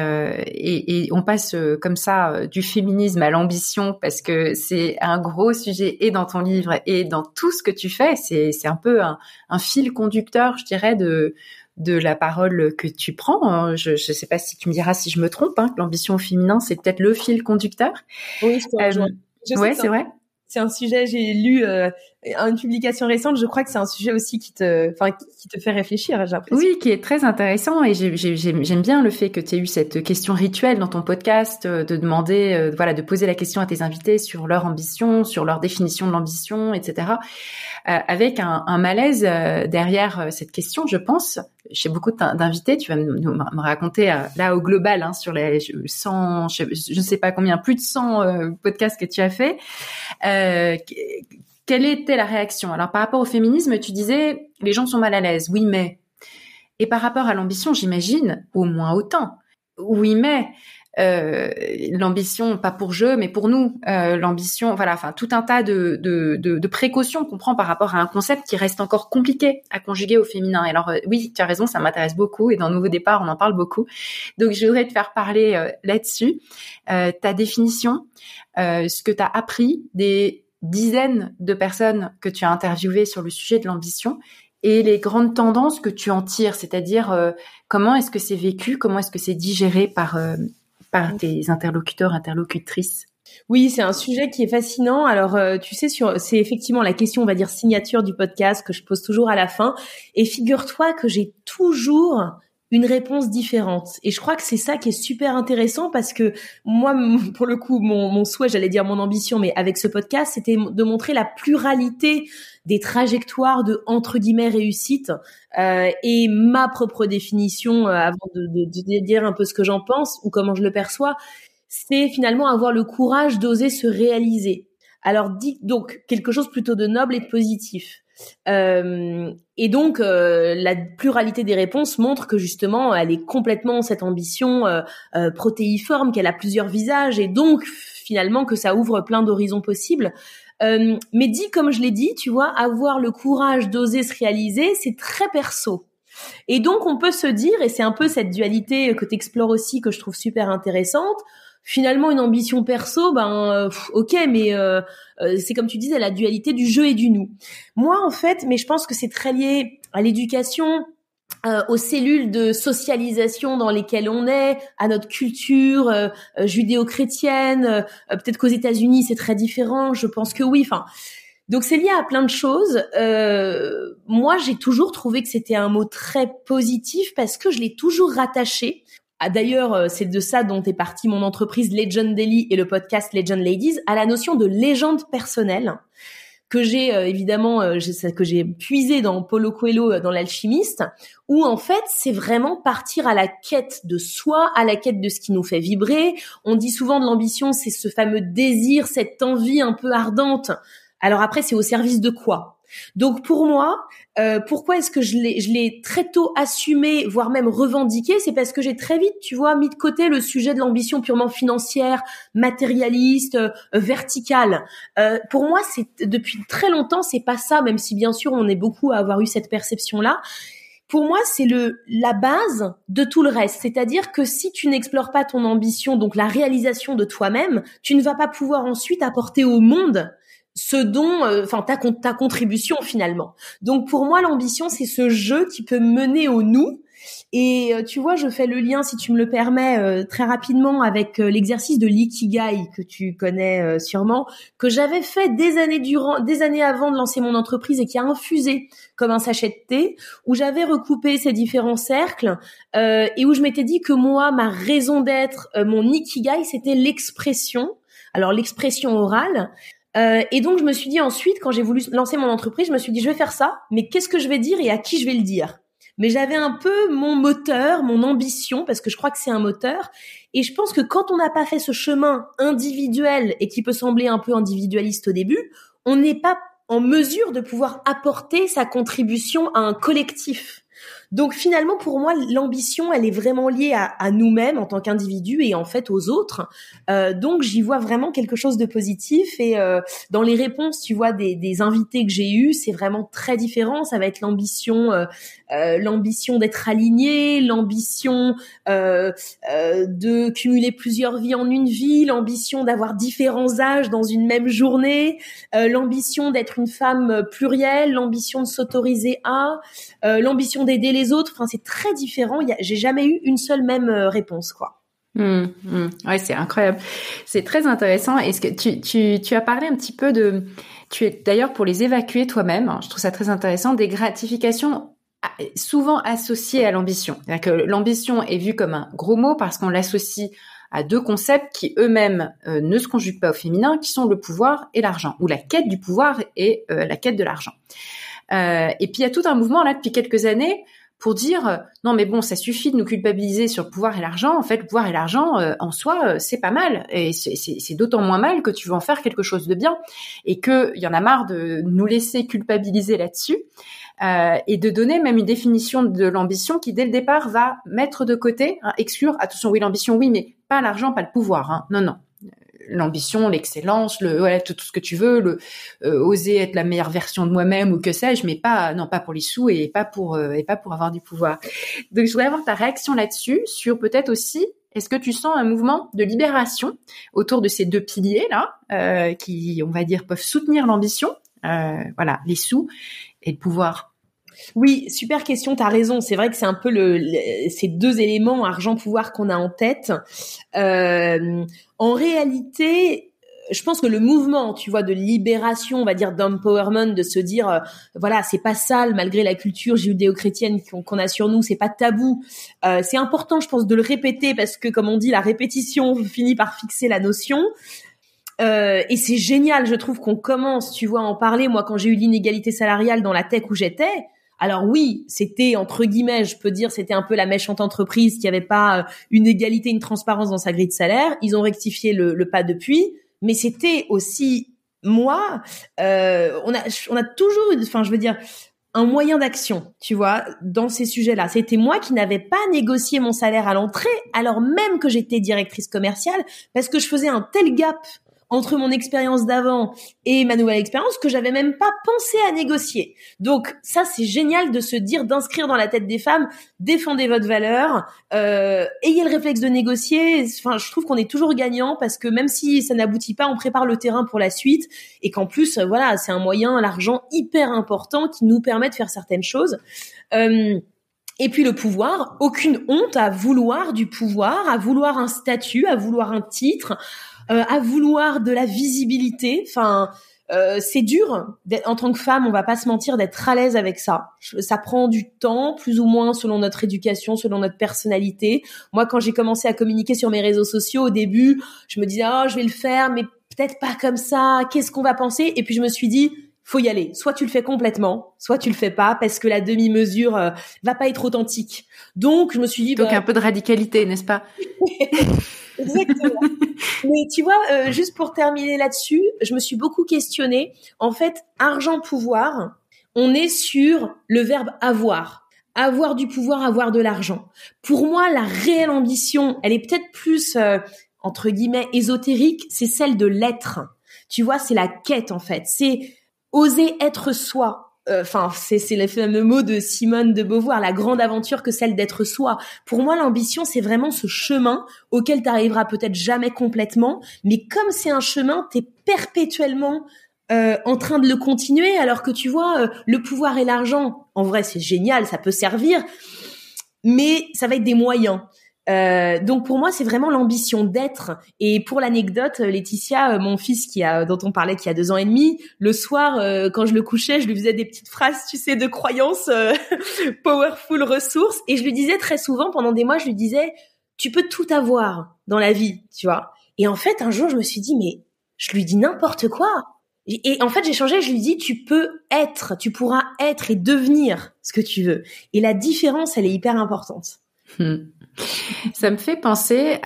A: et on passe comme ça du féminisme à l'ambition parce que c'est un gros sujet et dans ton livre et dans tout ce que tu fais. C'est un peu un fil conducteur, je dirais, de la parole que tu prends. Je sais pas si tu me diras si je me trompe, que l'ambition au féminin, c'est peut-être le fil conducteur.
B: Oui, je te rejoins.
A: Ouais, c'est vrai.
B: C'est un sujet, j'ai lu une publication récente, je crois que c'est un sujet aussi qui te fait réfléchir, j'ai l'impression.
A: Oui, qui est très intéressant et j'aime bien le fait que tu aies eu cette question rituelle dans ton podcast de demander, de poser la question à tes invités sur leur ambition, sur leur définition de l'ambition, etc. Avec un malaise derrière cette question, je pense. Chez beaucoup d'invités, tu vas me raconter là au global sur les 100, je ne sais pas combien, plus de 100 podcasts que tu as fait. Quelle était la réaction ? Alors par rapport au féminisme, tu disais les gens sont mal à l'aise. Oui, mais et par rapport à l'ambition, j'imagine au moins autant. Oui, mais l'ambition, pas pour je, mais pour nous. L'ambition, tout un tas de précautions qu'on prend par rapport à un concept qui reste encore compliqué à conjuguer au féminin. Et alors, oui, tu as raison, ça m'intéresse beaucoup. Et dans Nouveau Départ, on en parle beaucoup. Donc, je voudrais te faire parler là-dessus. Ta définition, ce que tu as appris des dizaines de personnes que tu as interviewées sur le sujet de l'ambition et les grandes tendances que tu en tires, c'est-à-dire comment est-ce que c'est vécu, comment est-ce que c'est digéré par tes interlocuteurs, interlocutrices.
B: Oui, c'est un sujet qui est fascinant. Alors, tu sais, c'est effectivement la question, on va dire, signature du podcast que je pose toujours à la fin. Et figure-toi que j'ai toujours une réponse différente. Et je crois que c'est ça qui est super intéressant parce que moi, pour le coup, mon souhait, j'allais dire mon ambition, mais avec ce podcast, c'était de montrer la pluralité des trajectoires de, entre guillemets, réussite et ma propre définition avant de dire un peu ce que j'en pense ou comment je le perçois. c'est finalement avoir le courage d'oser se réaliser. Alors donc quelque chose plutôt de noble et de positif. Et donc la pluralité des réponses montre que justement elle est complètement cette ambition protéiforme, qu'elle a plusieurs visages et donc finalement que ça ouvre plein d'horizons possibles. Mais dit comme je l'ai dit, tu vois, avoir le courage d'oser se réaliser, c'est très perso. Et donc on peut se dire, et c'est un peu cette dualité que t'explores aussi, que je trouve super intéressante, finalement une ambition perso, ok, mais c'est comme tu disais, la dualité du je et du nous. Moi en fait, mais je pense que c'est très lié à l'éducation, aux cellules de socialisation dans lesquelles on est, à notre culture judéo-chrétienne, peut-être qu'aux États-Unis c'est très différent, je pense que oui, enfin donc c'est lié à plein de choses. Moi, j'ai toujours trouvé que c'était un mot très positif parce que je l'ai toujours rattaché. D'ailleurs, c'est de ça dont est partie mon entreprise Legend Daily et le podcast Legend Ladies, à la notion de légende personnelle que j'ai que j'ai puisé dans Paulo Coelho, dans l'Alchimiste, où en fait c'est vraiment partir à la quête de soi, à la quête de ce qui nous fait vibrer. On dit souvent de l'ambition, c'est ce fameux désir, cette envie un peu ardente. Alors après, c'est au service de quoi? Donc pour moi, pourquoi est-ce que je l'ai très tôt assumé, voire même revendiqué? C'est parce que j'ai très vite, tu vois, mis de côté le sujet de l'ambition purement financière, matérialiste, verticale. Pour moi, c'est depuis très longtemps, c'est pas ça, même si bien sûr on est beaucoup à avoir eu cette perception-là. Pour moi, c'est la base de tout le reste. C'est-à-dire que si tu n'explores pas ton ambition, donc la réalisation de toi-même, tu ne vas pas pouvoir ensuite apporter au monde ce dont, ta contribution finalement. Donc pour moi, l'ambition, c'est ce jeu qui peut mener au nous. Et tu vois, je fais le lien, si tu me le permets, très rapidement avec l'exercice de l'ikigai que tu connais sûrement, que j'avais fait des années avant de lancer mon entreprise et qui a infusé comme un sachet de thé, où j'avais recoupé ces différents cercles et où je m'étais dit que moi, ma raison d'être, mon ikigai, c'était l'expression. Alors l'expression orale. Et donc je me suis dit ensuite, quand j'ai voulu lancer mon entreprise, je me suis dit je vais faire ça, mais qu'est-ce que je vais dire et à qui je vais le dire? Mais j'avais un peu mon moteur, mon ambition, parce que je crois que c'est un moteur. Et je pense que quand on n'a pas fait ce chemin individuel et qui peut sembler un peu individualiste au début, on n'est pas en mesure de pouvoir apporter sa contribution à un collectif. Donc finalement, pour moi, l'ambition, elle est vraiment liée à nous-mêmes en tant qu'individus et en fait aux autres. Donc j'y vois vraiment quelque chose de positif. Et dans les réponses, tu vois, des invités que j'ai eus, c'est vraiment très différent. Ça va être l'ambition d'être aligné, l'ambition de cumuler plusieurs vies en une vie, l'ambition d'avoir différents âges dans une même journée, l'ambition d'être une femme plurielle, l'ambition de s'autoriser l'ambition d'aider les autres. Enfin, c'est très différent. J'ai jamais eu une seule même réponse, quoi.
A: Ouais, c'est incroyable. C'est très intéressant. Est-ce que tu as parlé un petit peu tu es d'ailleurs pour les évacuer toi-même. Je trouve ça très intéressant. Des gratifications souvent associées à l'ambition. C'est-à-dire que l'ambition est vue comme un gros mot parce qu'on l'associe à deux concepts qui eux-mêmes ne se conjuguent pas au féminin, qui sont le pouvoir et l'argent, ou la quête du pouvoir et la quête de l'argent. Et puis il y a tout un mouvement là depuis quelques années pour dire non mais bon, ça suffit de nous culpabiliser sur le pouvoir et l'argent. En fait, le pouvoir et l'argent en soi c'est pas mal, et c'est d'autant moins mal que tu veux en faire quelque chose de bien, et que il y en a marre de nous laisser culpabiliser là-dessus, et de donner même une définition de l'ambition qui dès le départ va mettre de côté, exclure. Attention, oui, l'ambition, oui, mais pas l'argent, pas le pouvoir. Non. L'ambition, l'excellence, tout ce que tu veux, oser être la meilleure version de moi-même ou que sais-je, mais pas pour les sous et pas pour avoir du pouvoir. Donc je voudrais avoir ta réaction là-dessus, sur peut-être aussi, est-ce que tu sens un mouvement de libération autour de ces deux piliers là, qui, on va dire, peuvent soutenir l'ambition, les sous et le pouvoir?
B: Oui, super question, t'as raison. C'est vrai que c'est un peu ces deux éléments, argent-pouvoir, qu'on a en tête. En réalité, je pense que le mouvement, tu vois, de libération, on va dire d'empowerment, de se dire, voilà, c'est pas sale malgré la culture judéo-chrétienne qu'on a sur nous, c'est pas tabou. C'est important, je pense, de le répéter parce que, comme on dit, la répétition finit par fixer la notion. Et c'est génial, je trouve qu'on commence, tu vois, à en parler. Moi, quand j'ai eu l'inégalité salariale dans la tech où j'étais, Alors oui, c'était entre guillemets, je peux dire, c'était un peu la méchante entreprise qui avait pas une égalité, une transparence dans sa grille de salaire. Ils ont rectifié le pas depuis, mais c'était aussi moi. On a toujours, enfin, je veux dire, un moyen d'action, tu vois, dans ces sujets-là. C'était moi qui n'avais pas négocié mon salaire à l'entrée, alors même que j'étais directrice commerciale, parce que je faisais un tel gap entre mon expérience d'avant et ma nouvelle expérience que j'avais même pas pensé à négocier. Donc ça, c'est génial de se dire, d'inscrire dans la tête des femmes, défendez votre valeur, ayez le réflexe de négocier. Enfin, je trouve qu'on est toujours gagnant parce que même si ça n'aboutit pas, on prépare le terrain pour la suite et qu'en plus, voilà, c'est un moyen, l'argent hyper important qui nous permet de faire certaines choses. Et puis le pouvoir, aucune honte à vouloir du pouvoir, à vouloir un statut, à vouloir un titre, à vouloir de la visibilité. Enfin, c'est dur en tant que femme, on va pas se mentir, d'être à l'aise avec ça. Ça prend du temps, plus ou moins selon notre éducation, selon notre personnalité. Moi, quand j'ai commencé à communiquer sur mes réseaux sociaux, au début, je me disais oh, je vais le faire, mais peut-être pas comme ça. Qu'est-ce qu'on va penser? Et puis je me suis dit faut y aller. Soit tu le fais complètement, soit tu le fais pas parce que la demi-mesure va pas être authentique. Donc je me suis dit
A: donc un peu de radicalité, n'est-ce pas?
B: Exactement. Mais tu vois, juste pour terminer là-dessus, je me suis beaucoup questionnée. En fait, argent, pouvoir, on est sur le verbe avoir. Avoir du pouvoir, avoir de l'argent. Pour moi, la réelle ambition, elle est peut-être plus, entre guillemets, ésotérique, c'est celle de l'être. Tu vois, c'est la quête, en fait. C'est oser être soi. Enfin, c'est le fameux mot de Simone de Beauvoir, la grande aventure que celle d'être soi. Pour moi, l'ambition, c'est vraiment ce chemin auquel tu arriveras peut-être jamais complètement, mais comme c'est un chemin, t'es perpétuellement en train de le continuer, alors que tu vois, le pouvoir et l'argent, en vrai, c'est génial, ça peut servir, mais ça va être des moyens. Donc pour moi c'est vraiment l'ambition d'être. Et pour l'anecdote, Laetitia, mon fils dont on parlait qui a 2 ans et demi, le soir quand je le couchais, je lui faisais des petites phrases, tu sais, de croyances powerful ressources, et je lui disais très souvent pendant des mois, je lui disais tu peux tout avoir dans la vie, tu vois. Et en fait un jour je me suis dit mais je lui dis n'importe quoi. Et en fait j'ai changé, je lui dis tu pourras être et devenir ce que tu veux. Et la différence elle est hyper importante.
A: Ça me fait penser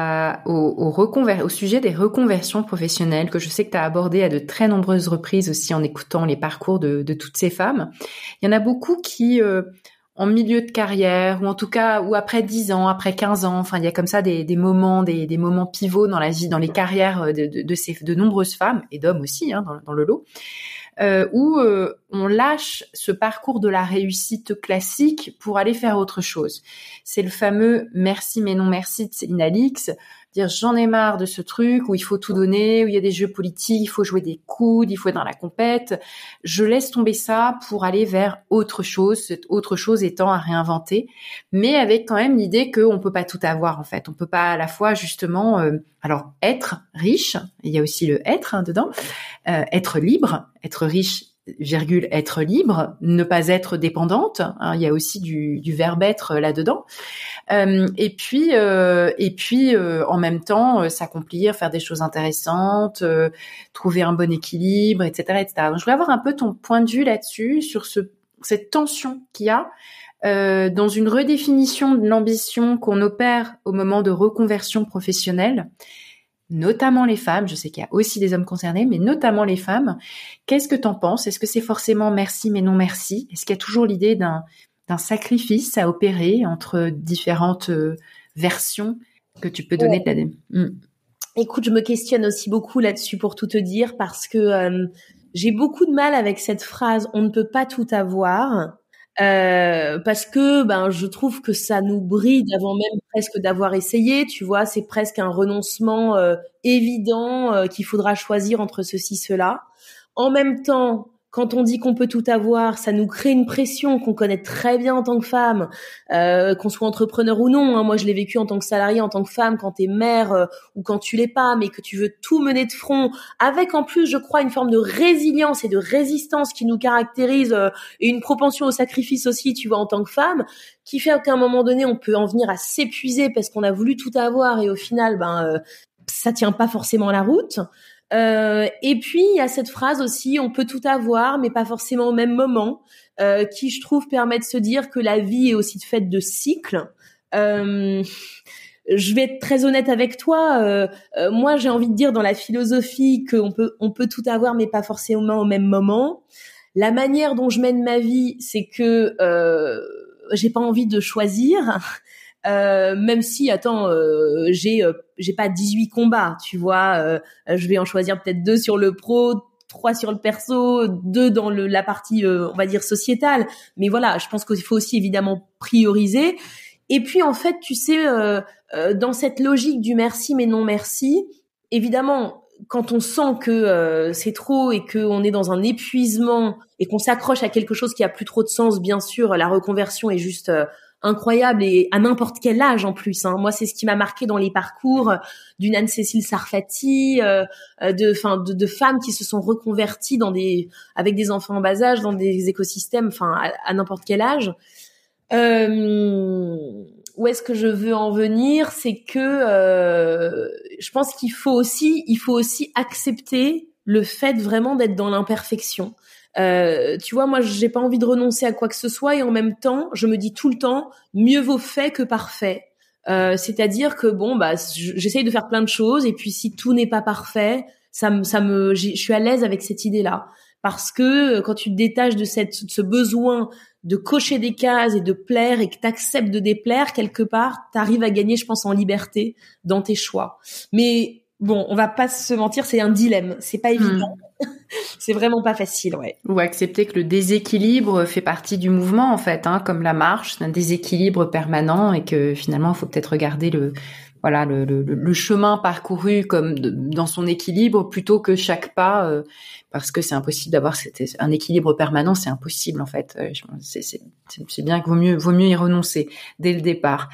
A: au sujet des reconversions professionnelles que je sais que tu as abordé à de très nombreuses reprises aussi en écoutant les parcours de toutes ces femmes. Il y en a beaucoup qui, en milieu de carrière, ou en tout cas, ou après 10 ans, après 15 ans, enfin, il y a comme ça des moments, des moments pivots dans la vie, dans les carrières de nombreuses femmes, et d'hommes aussi, hein, dans le lot. Où on lâche ce parcours de la réussite classique pour aller faire autre chose. C'est le fameux merci mais non merci de Céline Alix, dire j'en ai marre de ce truc où il faut tout donner, où il y a des jeux politiques, il faut jouer des coudes, il faut être dans la compète. Je laisse tomber ça pour aller vers autre chose, cette autre chose étant à réinventer, mais avec quand même l'idée qu'on peut pas tout avoir en fait. On peut pas à la fois justement alors être riche, il y a aussi le être dedans, être libre, être riche, virgule, être libre, ne pas être dépendante, hein, il y a aussi du verbe être là-dedans. Et puis en même temps s'accomplir, faire des choses intéressantes, trouver un bon équilibre, etc., etc. Donc, je voulais avoir un peu ton point de vue là-dessus, sur cette tension qu'il y a dans une redéfinition de l'ambition qu'on opère au moment de reconversion professionnelle, notamment les femmes. Je sais qu'il y a aussi des hommes concernés, mais notamment les femmes. Qu'est-ce que t'en penses? Est-ce que c'est forcément merci mais non merci? Est-ce qu'il y a toujours l'idée d'un sacrifice à opérer entre différentes versions que tu peux donner de la...
B: Écoute, je me questionne aussi beaucoup là-dessus pour tout te dire, parce que j'ai beaucoup de mal avec cette phrase « on ne peut pas tout avoir ». Parce que je trouve que ça nous bride avant même presque d'avoir essayé, tu vois, c'est presque un renoncement évident qu'il faudra choisir entre ceci, cela. En même temps, quand on dit qu'on peut tout avoir, ça nous crée une pression qu'on connaît très bien en tant que femme, qu'on soit entrepreneur ou non, hein. Moi, je l'ai vécu en tant que salariée, en tant que femme, quand t'es mère ou quand tu l'es pas, mais que tu veux tout mener de front, avec en plus, je crois, une forme de résilience et de résistance qui nous caractérise, et une propension au sacrifice aussi, tu vois, en tant que femme, qui fait qu'à un moment donné, on peut en venir à s'épuiser parce qu'on a voulu tout avoir et au final, ça tient pas forcément la route. Et puis il y a cette phrase aussi, on peut tout avoir, mais pas forcément au même moment, qui je trouve permet de se dire que la vie est aussi faite de cycles. Je vais être très honnête avec toi. Moi, j'ai envie de dire dans la philosophie qu'on peut tout avoir, mais pas forcément au même moment. La manière dont je mène ma vie, c'est que j'ai pas envie de choisir. Même si, j'ai pas 18 combats, tu vois. Je vais en choisir peut-être 2 sur le pro, 3 sur le perso, 2 dans la partie, on va dire, sociétale. Mais voilà, je pense qu'il faut aussi évidemment prioriser. Et puis, en fait, tu sais, dans cette logique du merci mais non merci, évidemment, quand on sent que c'est trop et qu'on est dans un épuisement et qu'on s'accroche à quelque chose qui a plus trop de sens, bien sûr, la reconversion est juste incroyable et à n'importe quel âge en plus. Hein. Moi, c'est ce qui m'a marqué dans les parcours d'une Anne-Cécile Sarfati, de femmes qui se sont reconverties avec des enfants en bas âge dans des écosystèmes, à n'importe quel âge. Où est-ce que je veux en venir, c'est que je pense qu'il faut aussi accepter le fait vraiment d'être dans l'imperfection. Tu vois, moi, j'ai pas envie de renoncer à quoi que ce soit et en même temps, je me dis tout le temps, mieux vaut fait que parfait. C'est-à-dire que j'essaye de faire plein de choses et puis si tout n'est pas parfait, je suis à l'aise avec cette idée-là parce que quand tu te détaches de ce besoin de cocher des cases et de plaire et que t'acceptes de déplaire quelque part, t'arrives à gagner, je pense, en liberté dans tes choix. Mais bon, on va pas se mentir, c'est un dilemme, c'est pas évident. C'est vraiment pas facile, ouais.
A: Ou accepter que le déséquilibre fait partie du mouvement, en fait, hein, comme la marche, c'est un déséquilibre permanent et que finalement, il faut peut-être regarder le chemin parcouru comme dans son équilibre plutôt que chaque pas, parce que c'est impossible d'avoir un équilibre permanent, c'est impossible, en fait. C'est bien que vaut mieux y renoncer dès le départ.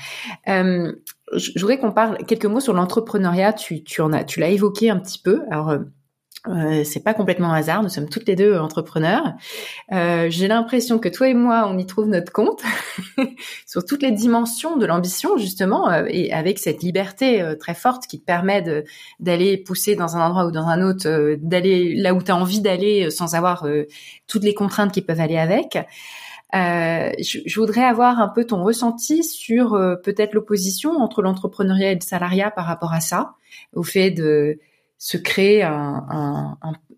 A: Je voudrais qu'on parle quelques mots sur l'entrepreneuriat. Tu l'as évoqué un petit peu. Alors, c'est pas complètement un hasard, nous sommes toutes les deux entrepreneurs. J'ai l'impression que toi et moi, on y trouve notre compte sur toutes les dimensions de l'ambition, justement, et avec cette liberté très forte qui te permet d'aller pousser dans un endroit ou dans un autre, d'aller là où tu as envie d'aller sans avoir toutes les contraintes qui peuvent aller avec. Je voudrais avoir un peu ton ressenti sur peut-être l'opposition entre l'entrepreneuriat et le salariat par rapport à ça, au fait de se créer un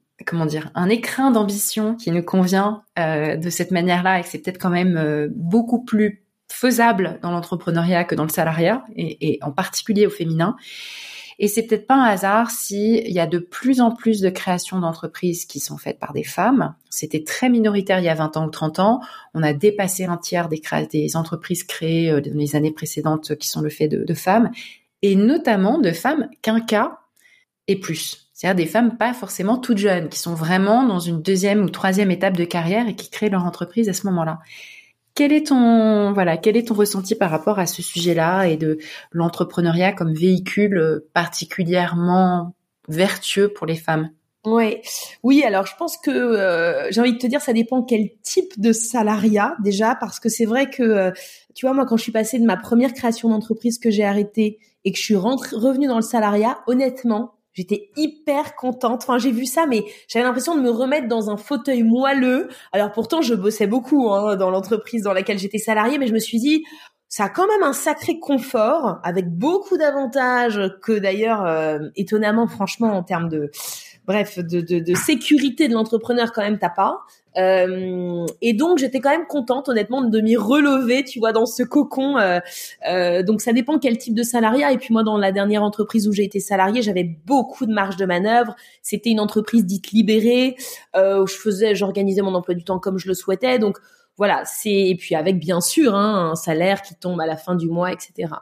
A: écrin d'ambition qui nous convient de cette manière-là et que c'est peut-être quand même beaucoup plus faisable dans l'entrepreneuriat que dans le salariat et en particulier au féminin. Et c'est peut-être pas un hasard s'il y a de plus en plus de créations d'entreprises qui sont faites par des femmes. C'était très minoritaire il y a 20 ans ou 30 ans. On a dépassé un tiers des entreprises créées dans les années précédentes qui sont le fait de femmes et notamment de femmes quinquas et plus. C'est-à-dire des femmes pas forcément toutes jeunes, qui sont vraiment dans une 2e ou 3e étape de carrière et qui créent leur entreprise à ce moment-là. Quel est ton ressenti par rapport à ce sujet-là et de l'entrepreneuriat comme véhicule particulièrement vertueux pour les femmes?
B: Oui, alors je pense que j'ai envie de te dire ça dépend quel type de salariat déjà parce que c'est vrai que tu vois moi quand je suis passée de ma première création d'entreprise que j'ai arrêtée et que je suis revenue dans le salariat, honnêtement, j'étais hyper contente. Enfin, j'ai vu ça, mais j'avais l'impression de me remettre dans un fauteuil moelleux. Alors pourtant, je bossais beaucoup dans l'entreprise dans laquelle j'étais salariée, mais je me suis dit, ça a quand même un sacré confort, avec beaucoup d'avantages que d'ailleurs, étonnamment, franchement, en termes de sécurité de l'entrepreneur, quand même, t'as pas. Et donc j'étais quand même contente honnêtement de m'y relever, tu vois, dans ce cocon. Donc ça dépend quel type de salariat. Et puis moi, dans la dernière entreprise où j'ai été salariée, j'avais beaucoup de marge de manœuvre. C'était une entreprise dite libérée, où j'organisais mon emploi du temps comme je le souhaitais. Donc voilà, et puis avec bien sûr un salaire qui tombe à la fin du mois, etc.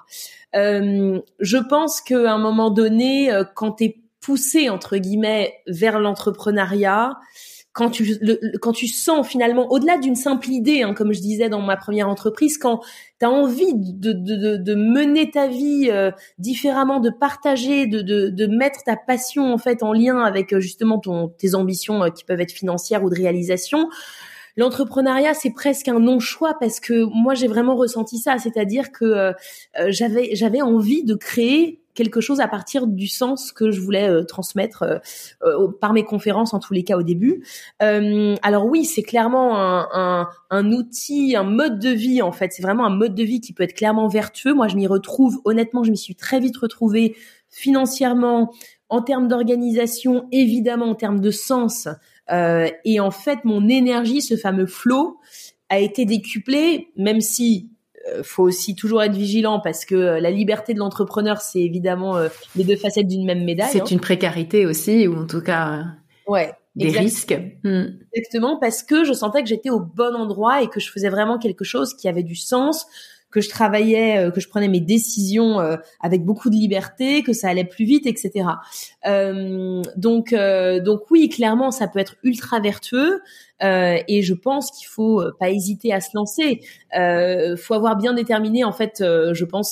B: Je pense qu'à un moment donné, quand t'es poussé entre guillemets vers l'entrepreneuriat, quand tu sens finalement au-delà d'une simple idée, comme je disais dans ma première entreprise, quand tu as envie de mener ta vie différemment, de partager, de mettre ta passion en fait en lien avec justement tes ambitions qui peuvent être financières ou de réalisation, l'entrepreneuriat c'est presque un non-choix parce que moi j'ai vraiment ressenti ça, c'est-à-dire que j'avais envie de créer quelque chose à partir du sens que je voulais transmettre par mes conférences en tous les cas au début. Alors oui, c'est clairement un outil, un mode de vie en fait. C'est vraiment un mode de vie qui peut être clairement vertueux. Moi, je m'y retrouve. Honnêtement, je m'y suis très vite retrouvée financièrement, en termes d'organisation, évidemment en termes de sens. Et en fait, mon énergie, ce fameux flow, a été décuplé, même si faut aussi toujours être vigilant parce que la liberté de l'entrepreneur, c'est évidemment les deux facettes d'une même médaille.
A: C'est une précarité aussi, ou en tout cas
B: ouais,
A: des risques.
B: Exactement, parce que je sentais que j'étais au bon endroit et que je faisais vraiment quelque chose qui avait du sens, que je travaillais, que je prenais mes décisions avec beaucoup de liberté, que ça allait plus vite, etc. Donc oui, clairement, ça peut être ultra vertueux. Et je pense qu'il faut pas hésiter à se lancer. Faut avoir bien déterminé, en fait, je pense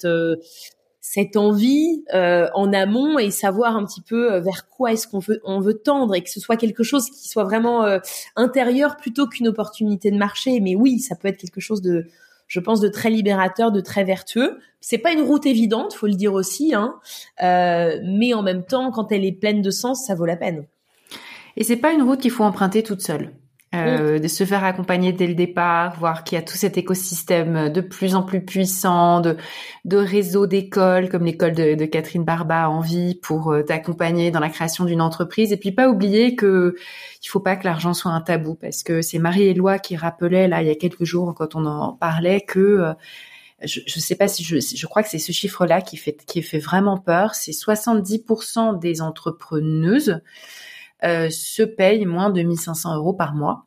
B: cette envie en amont et savoir un petit peu vers quoi est-ce on veut tendre et que ce soit quelque chose qui soit vraiment intérieur plutôt qu'une opportunité de marché. Mais oui, ça peut être quelque chose je pense, de très libérateur, de très vertueux. C'est pas une route évidente, faut le dire aussi, hein. Mais en même temps, quand elle est pleine de sens, ça vaut la peine.
A: Et c'est pas une route qu'il faut emprunter toute seule. De se faire accompagner dès le départ, voir qu'il y a tout cet écosystème de plus en plus puissant, de réseaux d'écoles comme l'école de Catherine Barba en vie pour t'accompagner dans la création d'une entreprise. Et puis pas oublier que il faut pas que l'argent soit un tabou, parce que c'est Marie-Éloi qui rappelait là il y a quelques jours quand on en parlait que je sais pas si je crois que c'est ce chiffre-là qui fait vraiment peur. C'est 70% des entrepreneuses se payent moins de 1 500 € par mois.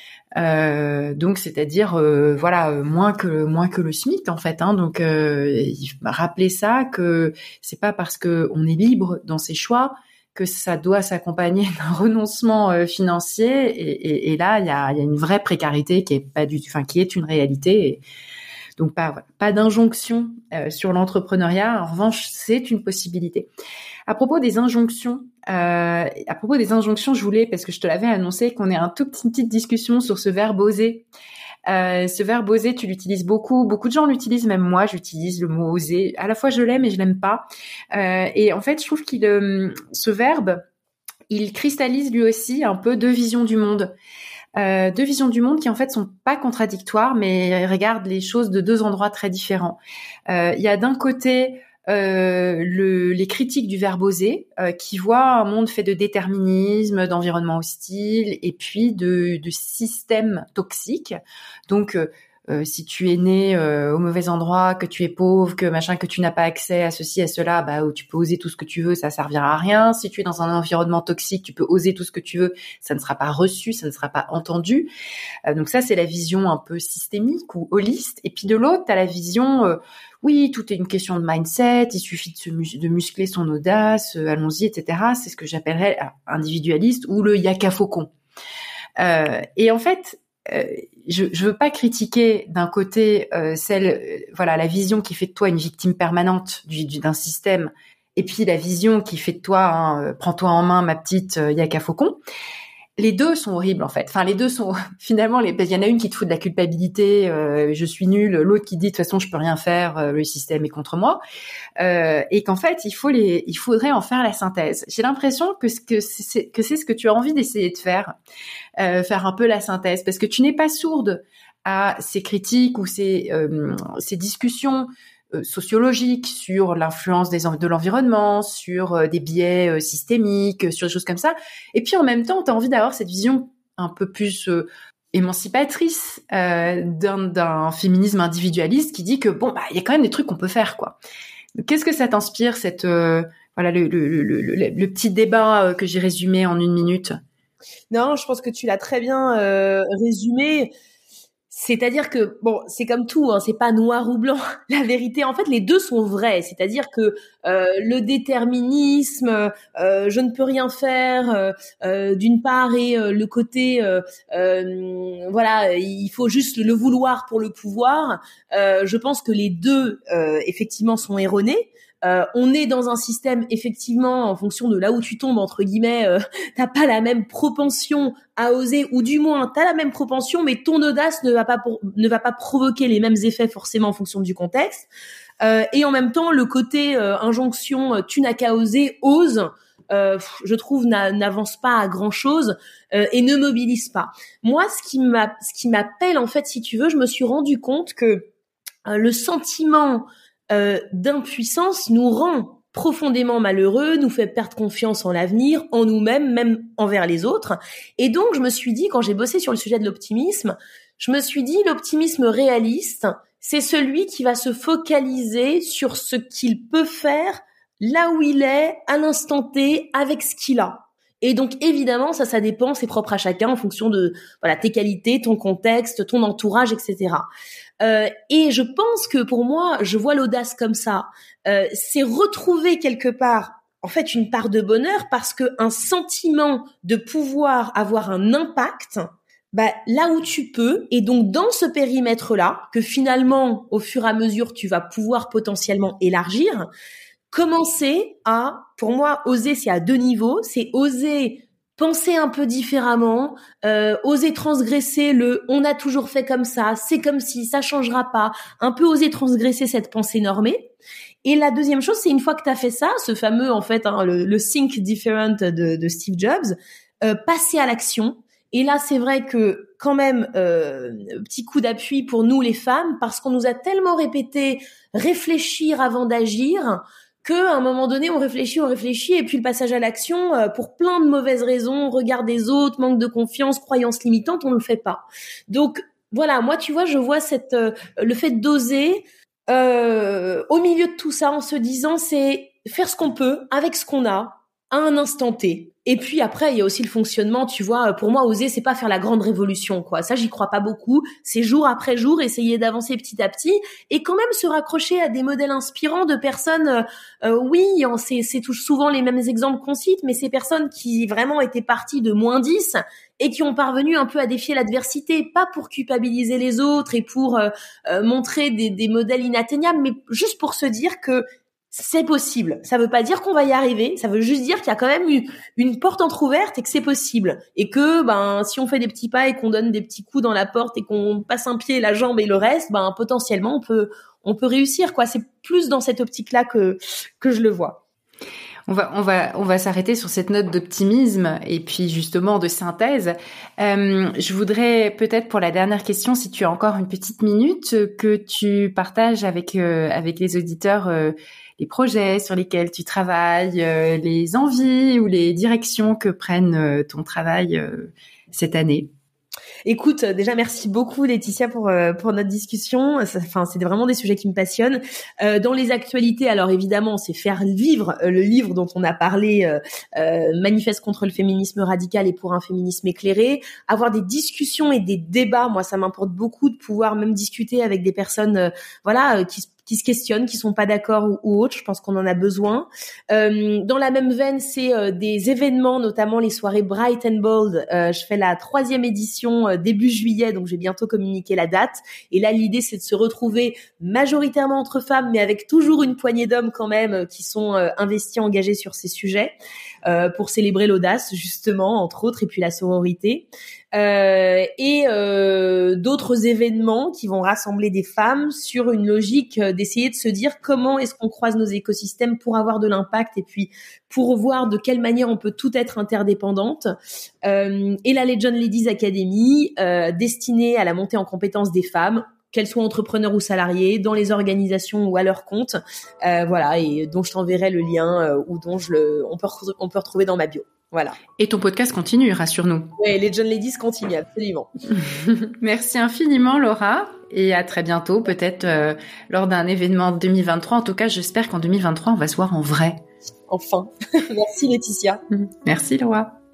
A: Donc c'est-à-dire moins que le SMIC en fait, hein. Donc il faut rappeler ça, que c'est pas parce que on est libre dans ses choix que ça doit s'accompagner d'un renoncement financier, et là il y a une vraie précarité qui est une réalité. Et donc pas d'injonction sur l'entrepreneuriat. En revanche, c'est une possibilité. À propos des injonctions, je voulais, parce que je te l'avais annoncé, qu'on ait une petite discussion sur ce verbe oser. Ce verbe oser, tu l'utilises beaucoup. Beaucoup de gens l'utilisent, même moi, j'utilise le mot oser. À la fois, je l'aime et je l'aime pas. Et en fait, je trouve ce verbe, il cristallise lui aussi un peu deux visions du monde. Deux visions du monde qui en fait sont pas contradictoires, mais regardent les choses de deux endroits très différents. Il y a d'un côté les critiques du verbe oser, qui voient un monde fait de déterminisme, d'environnement hostile et puis de systèmes toxiques. Donc si tu es né au mauvais endroit, que tu es pauvre, que tu n'as pas accès à ceci, à cela, où tu peux oser tout ce que tu veux, ça servira à rien. Si tu es dans un environnement toxique, tu peux oser tout ce que tu veux, ça ne sera pas reçu, ça ne sera pas entendu. Donc ça, c'est la vision un peu systémique ou holiste. Et puis de l'autre, tu as la vision oui, tout est une question de mindset, il suffit de muscler son audace, allons-y, etc. C'est ce que j'appellerais individualiste ou le yaka faucon. Et en fait, je veux pas critiquer d'un côté la vision qui fait de toi une victime permanente d'un système, et puis la vision qui fait de toi prends-toi en main ma petite yaka faucon. Les deux sont horribles en fait. Enfin, les deux sont finalement. Il y en a une qui te fout de la culpabilité, je suis nulle. L'autre qui dit de toute façon je peux rien faire, le système est contre moi. Et qu'en fait il faudrait en faire la synthèse. J'ai l'impression que c'est ce que tu as envie d'essayer de faire un peu la synthèse, parce que tu n'es pas sourde à ces critiques ou ces discussions sociologiques sur l'influence de l'environnement, sur des biais systémiques, sur des choses comme ça. Et puis en même temps, tu as envie d'avoir cette vision un peu plus émancipatrice d'un féminisme individualiste qui dit que il y a quand même des trucs qu'on peut faire, quoi. Qu'est-ce que ça t'inspire, cette le petit débat que j'ai résumé en 1 minute?
B: Non, je pense que tu l'as très bien résumé. C'est-à-dire que c'est comme tout, hein, c'est pas noir ou blanc. La vérité, en fait, les deux sont vrais. C'est-à-dire que le déterminisme, je ne peux rien faire, d'une part, et le côté, il faut juste le vouloir pour le pouvoir. Je pense que les deux, effectivement, sont erronés. on est dans un système, effectivement, en fonction de là où tu tombes, entre guillemets, t'as pas la même propension à oser, ou du moins t'as la même propension, mais ton audace ne va pas provoquer les mêmes effets forcément en fonction du contexte. Et en même temps, le côté injonction, tu n'as qu'à oser, ose, je trouve n'avance pas à grand chose et ne mobilise pas. Moi, ce qui m'appelle, en fait, si tu veux, je me suis rendu compte que le sentiment d'impuissance nous rend profondément malheureux, nous fait perdre confiance en l'avenir, en nous-mêmes, même envers les autres. Et donc, je me suis dit, quand j'ai bossé sur le sujet de l'optimisme, je me suis dit, l'optimisme réaliste, c'est celui qui va se focaliser sur ce qu'il peut faire là où il est, à l'instant T, avec ce qu'il a. Et donc, évidemment, ça dépend, c'est propre à chacun en fonction de, voilà, tes qualités, ton contexte, ton entourage, etc. Et je pense que pour moi, je vois l'audace comme ça. C'est retrouver quelque part, en fait, une part de bonheur parce que un sentiment de pouvoir avoir un impact, là où tu peux, et donc dans ce périmètre-là, que finalement, au fur et à mesure, tu vas pouvoir potentiellement élargir, commencer à, pour moi, oser, c'est à 2 niveaux. C'est oser penser un peu différemment, oser transgresser on a toujours fait comme ça, c'est comme si, ça changera pas. Un peu oser transgresser cette pensée normée. Et la deuxième chose, c'est une fois que tu as fait ça, ce fameux, en fait, le Think Different de Steve Jobs, passer à l'action. Et là, c'est vrai que quand même, petit coup d'appui pour nous les femmes, parce qu'on nous a tellement répété réfléchir avant d'agir, qu'à un moment donné, on réfléchit, et puis le passage à l'action, pour plein de mauvaises raisons, regard des autres, manque de confiance, croyances limitantes, on ne le fait pas. Donc voilà, moi, tu vois, je vois le fait d'oser au milieu de tout ça, en se disant, c'est faire ce qu'on peut avec ce qu'on a à un instant T. Et puis après, il y a aussi le fonctionnement, tu vois, pour moi, oser, c'est pas faire la grande révolution, quoi. Ça, j'y crois pas beaucoup. C'est jour après jour, essayer d'avancer petit à petit et quand même se raccrocher à des modèles inspirants de personnes, oui, c'est souvent les mêmes exemples qu'on cite, mais ces personnes qui vraiment étaient parties de -10 et qui ont parvenu un peu à défier l'adversité, pas pour culpabiliser les autres et pour montrer des modèles inatteignables, mais juste pour se dire que c'est possible. Ça veut pas dire qu'on va y arriver. Ça veut juste dire qu'il y a quand même une porte entrouverte et que c'est possible. Et que, si on fait des petits pas et qu'on donne des petits coups dans la porte et qu'on passe un pied, la jambe et le reste, potentiellement, on peut réussir, quoi. C'est plus dans cette optique-là que je le vois.
A: On va s'arrêter sur cette note d'optimisme et puis justement de synthèse. Je voudrais peut-être pour la dernière question, si tu as encore une petite minute, que tu partages avec les auditeurs les projets sur lesquels tu travailles, les envies ou les directions que prennent ton travail cette année.
B: Écoute, déjà merci beaucoup Laetitia pour notre discussion. C'est vraiment des sujets qui me passionnent. Dans les actualités, alors évidemment, c'est faire vivre le livre dont on a parlé, Manifeste contre le féminisme radical et pour un féminisme éclairé. Avoir des discussions et des débats, moi ça m'importe beaucoup de pouvoir même discuter avec des personnes, qui se questionnent, qui sont pas d'accord ou autres. Je pense qu'on en a besoin. Dans la même veine, c'est des événements, notamment les soirées Bright and Bold. Je fais la 3e édition début juillet, donc j'ai bientôt communiqué la date. Et là, l'idée, c'est de se retrouver majoritairement entre femmes, mais avec toujours une poignée d'hommes quand même qui sont investis, engagés sur ces sujets, pour célébrer l'audace, justement, entre autres, et puis la sororité. Et d'autres événements qui vont rassembler des femmes sur une logique d'essayer de se dire comment est-ce qu'on croise nos écosystèmes pour avoir de l'impact et puis pour voir de quelle manière on peut tout être interdépendante. Et la Legend Ladies Academy, destinée à la montée en compétences des femmes, qu'elles soient entrepreneurs ou salariés, dans les organisations ou à leur compte, et dont je t'enverrai le lien ou dont on peut retrouver dans ma bio. Voilà.
A: Et ton podcast continue, rassure-nous.
B: Oui, les Legend Ladies continuent, absolument.
A: Merci infiniment, Laura, et à très bientôt, peut-être lors d'un événement 2023. En tout cas, j'espère qu'en 2023, on va se voir en vrai.
B: Enfin. Merci, Laetitia.
A: Merci, Laura.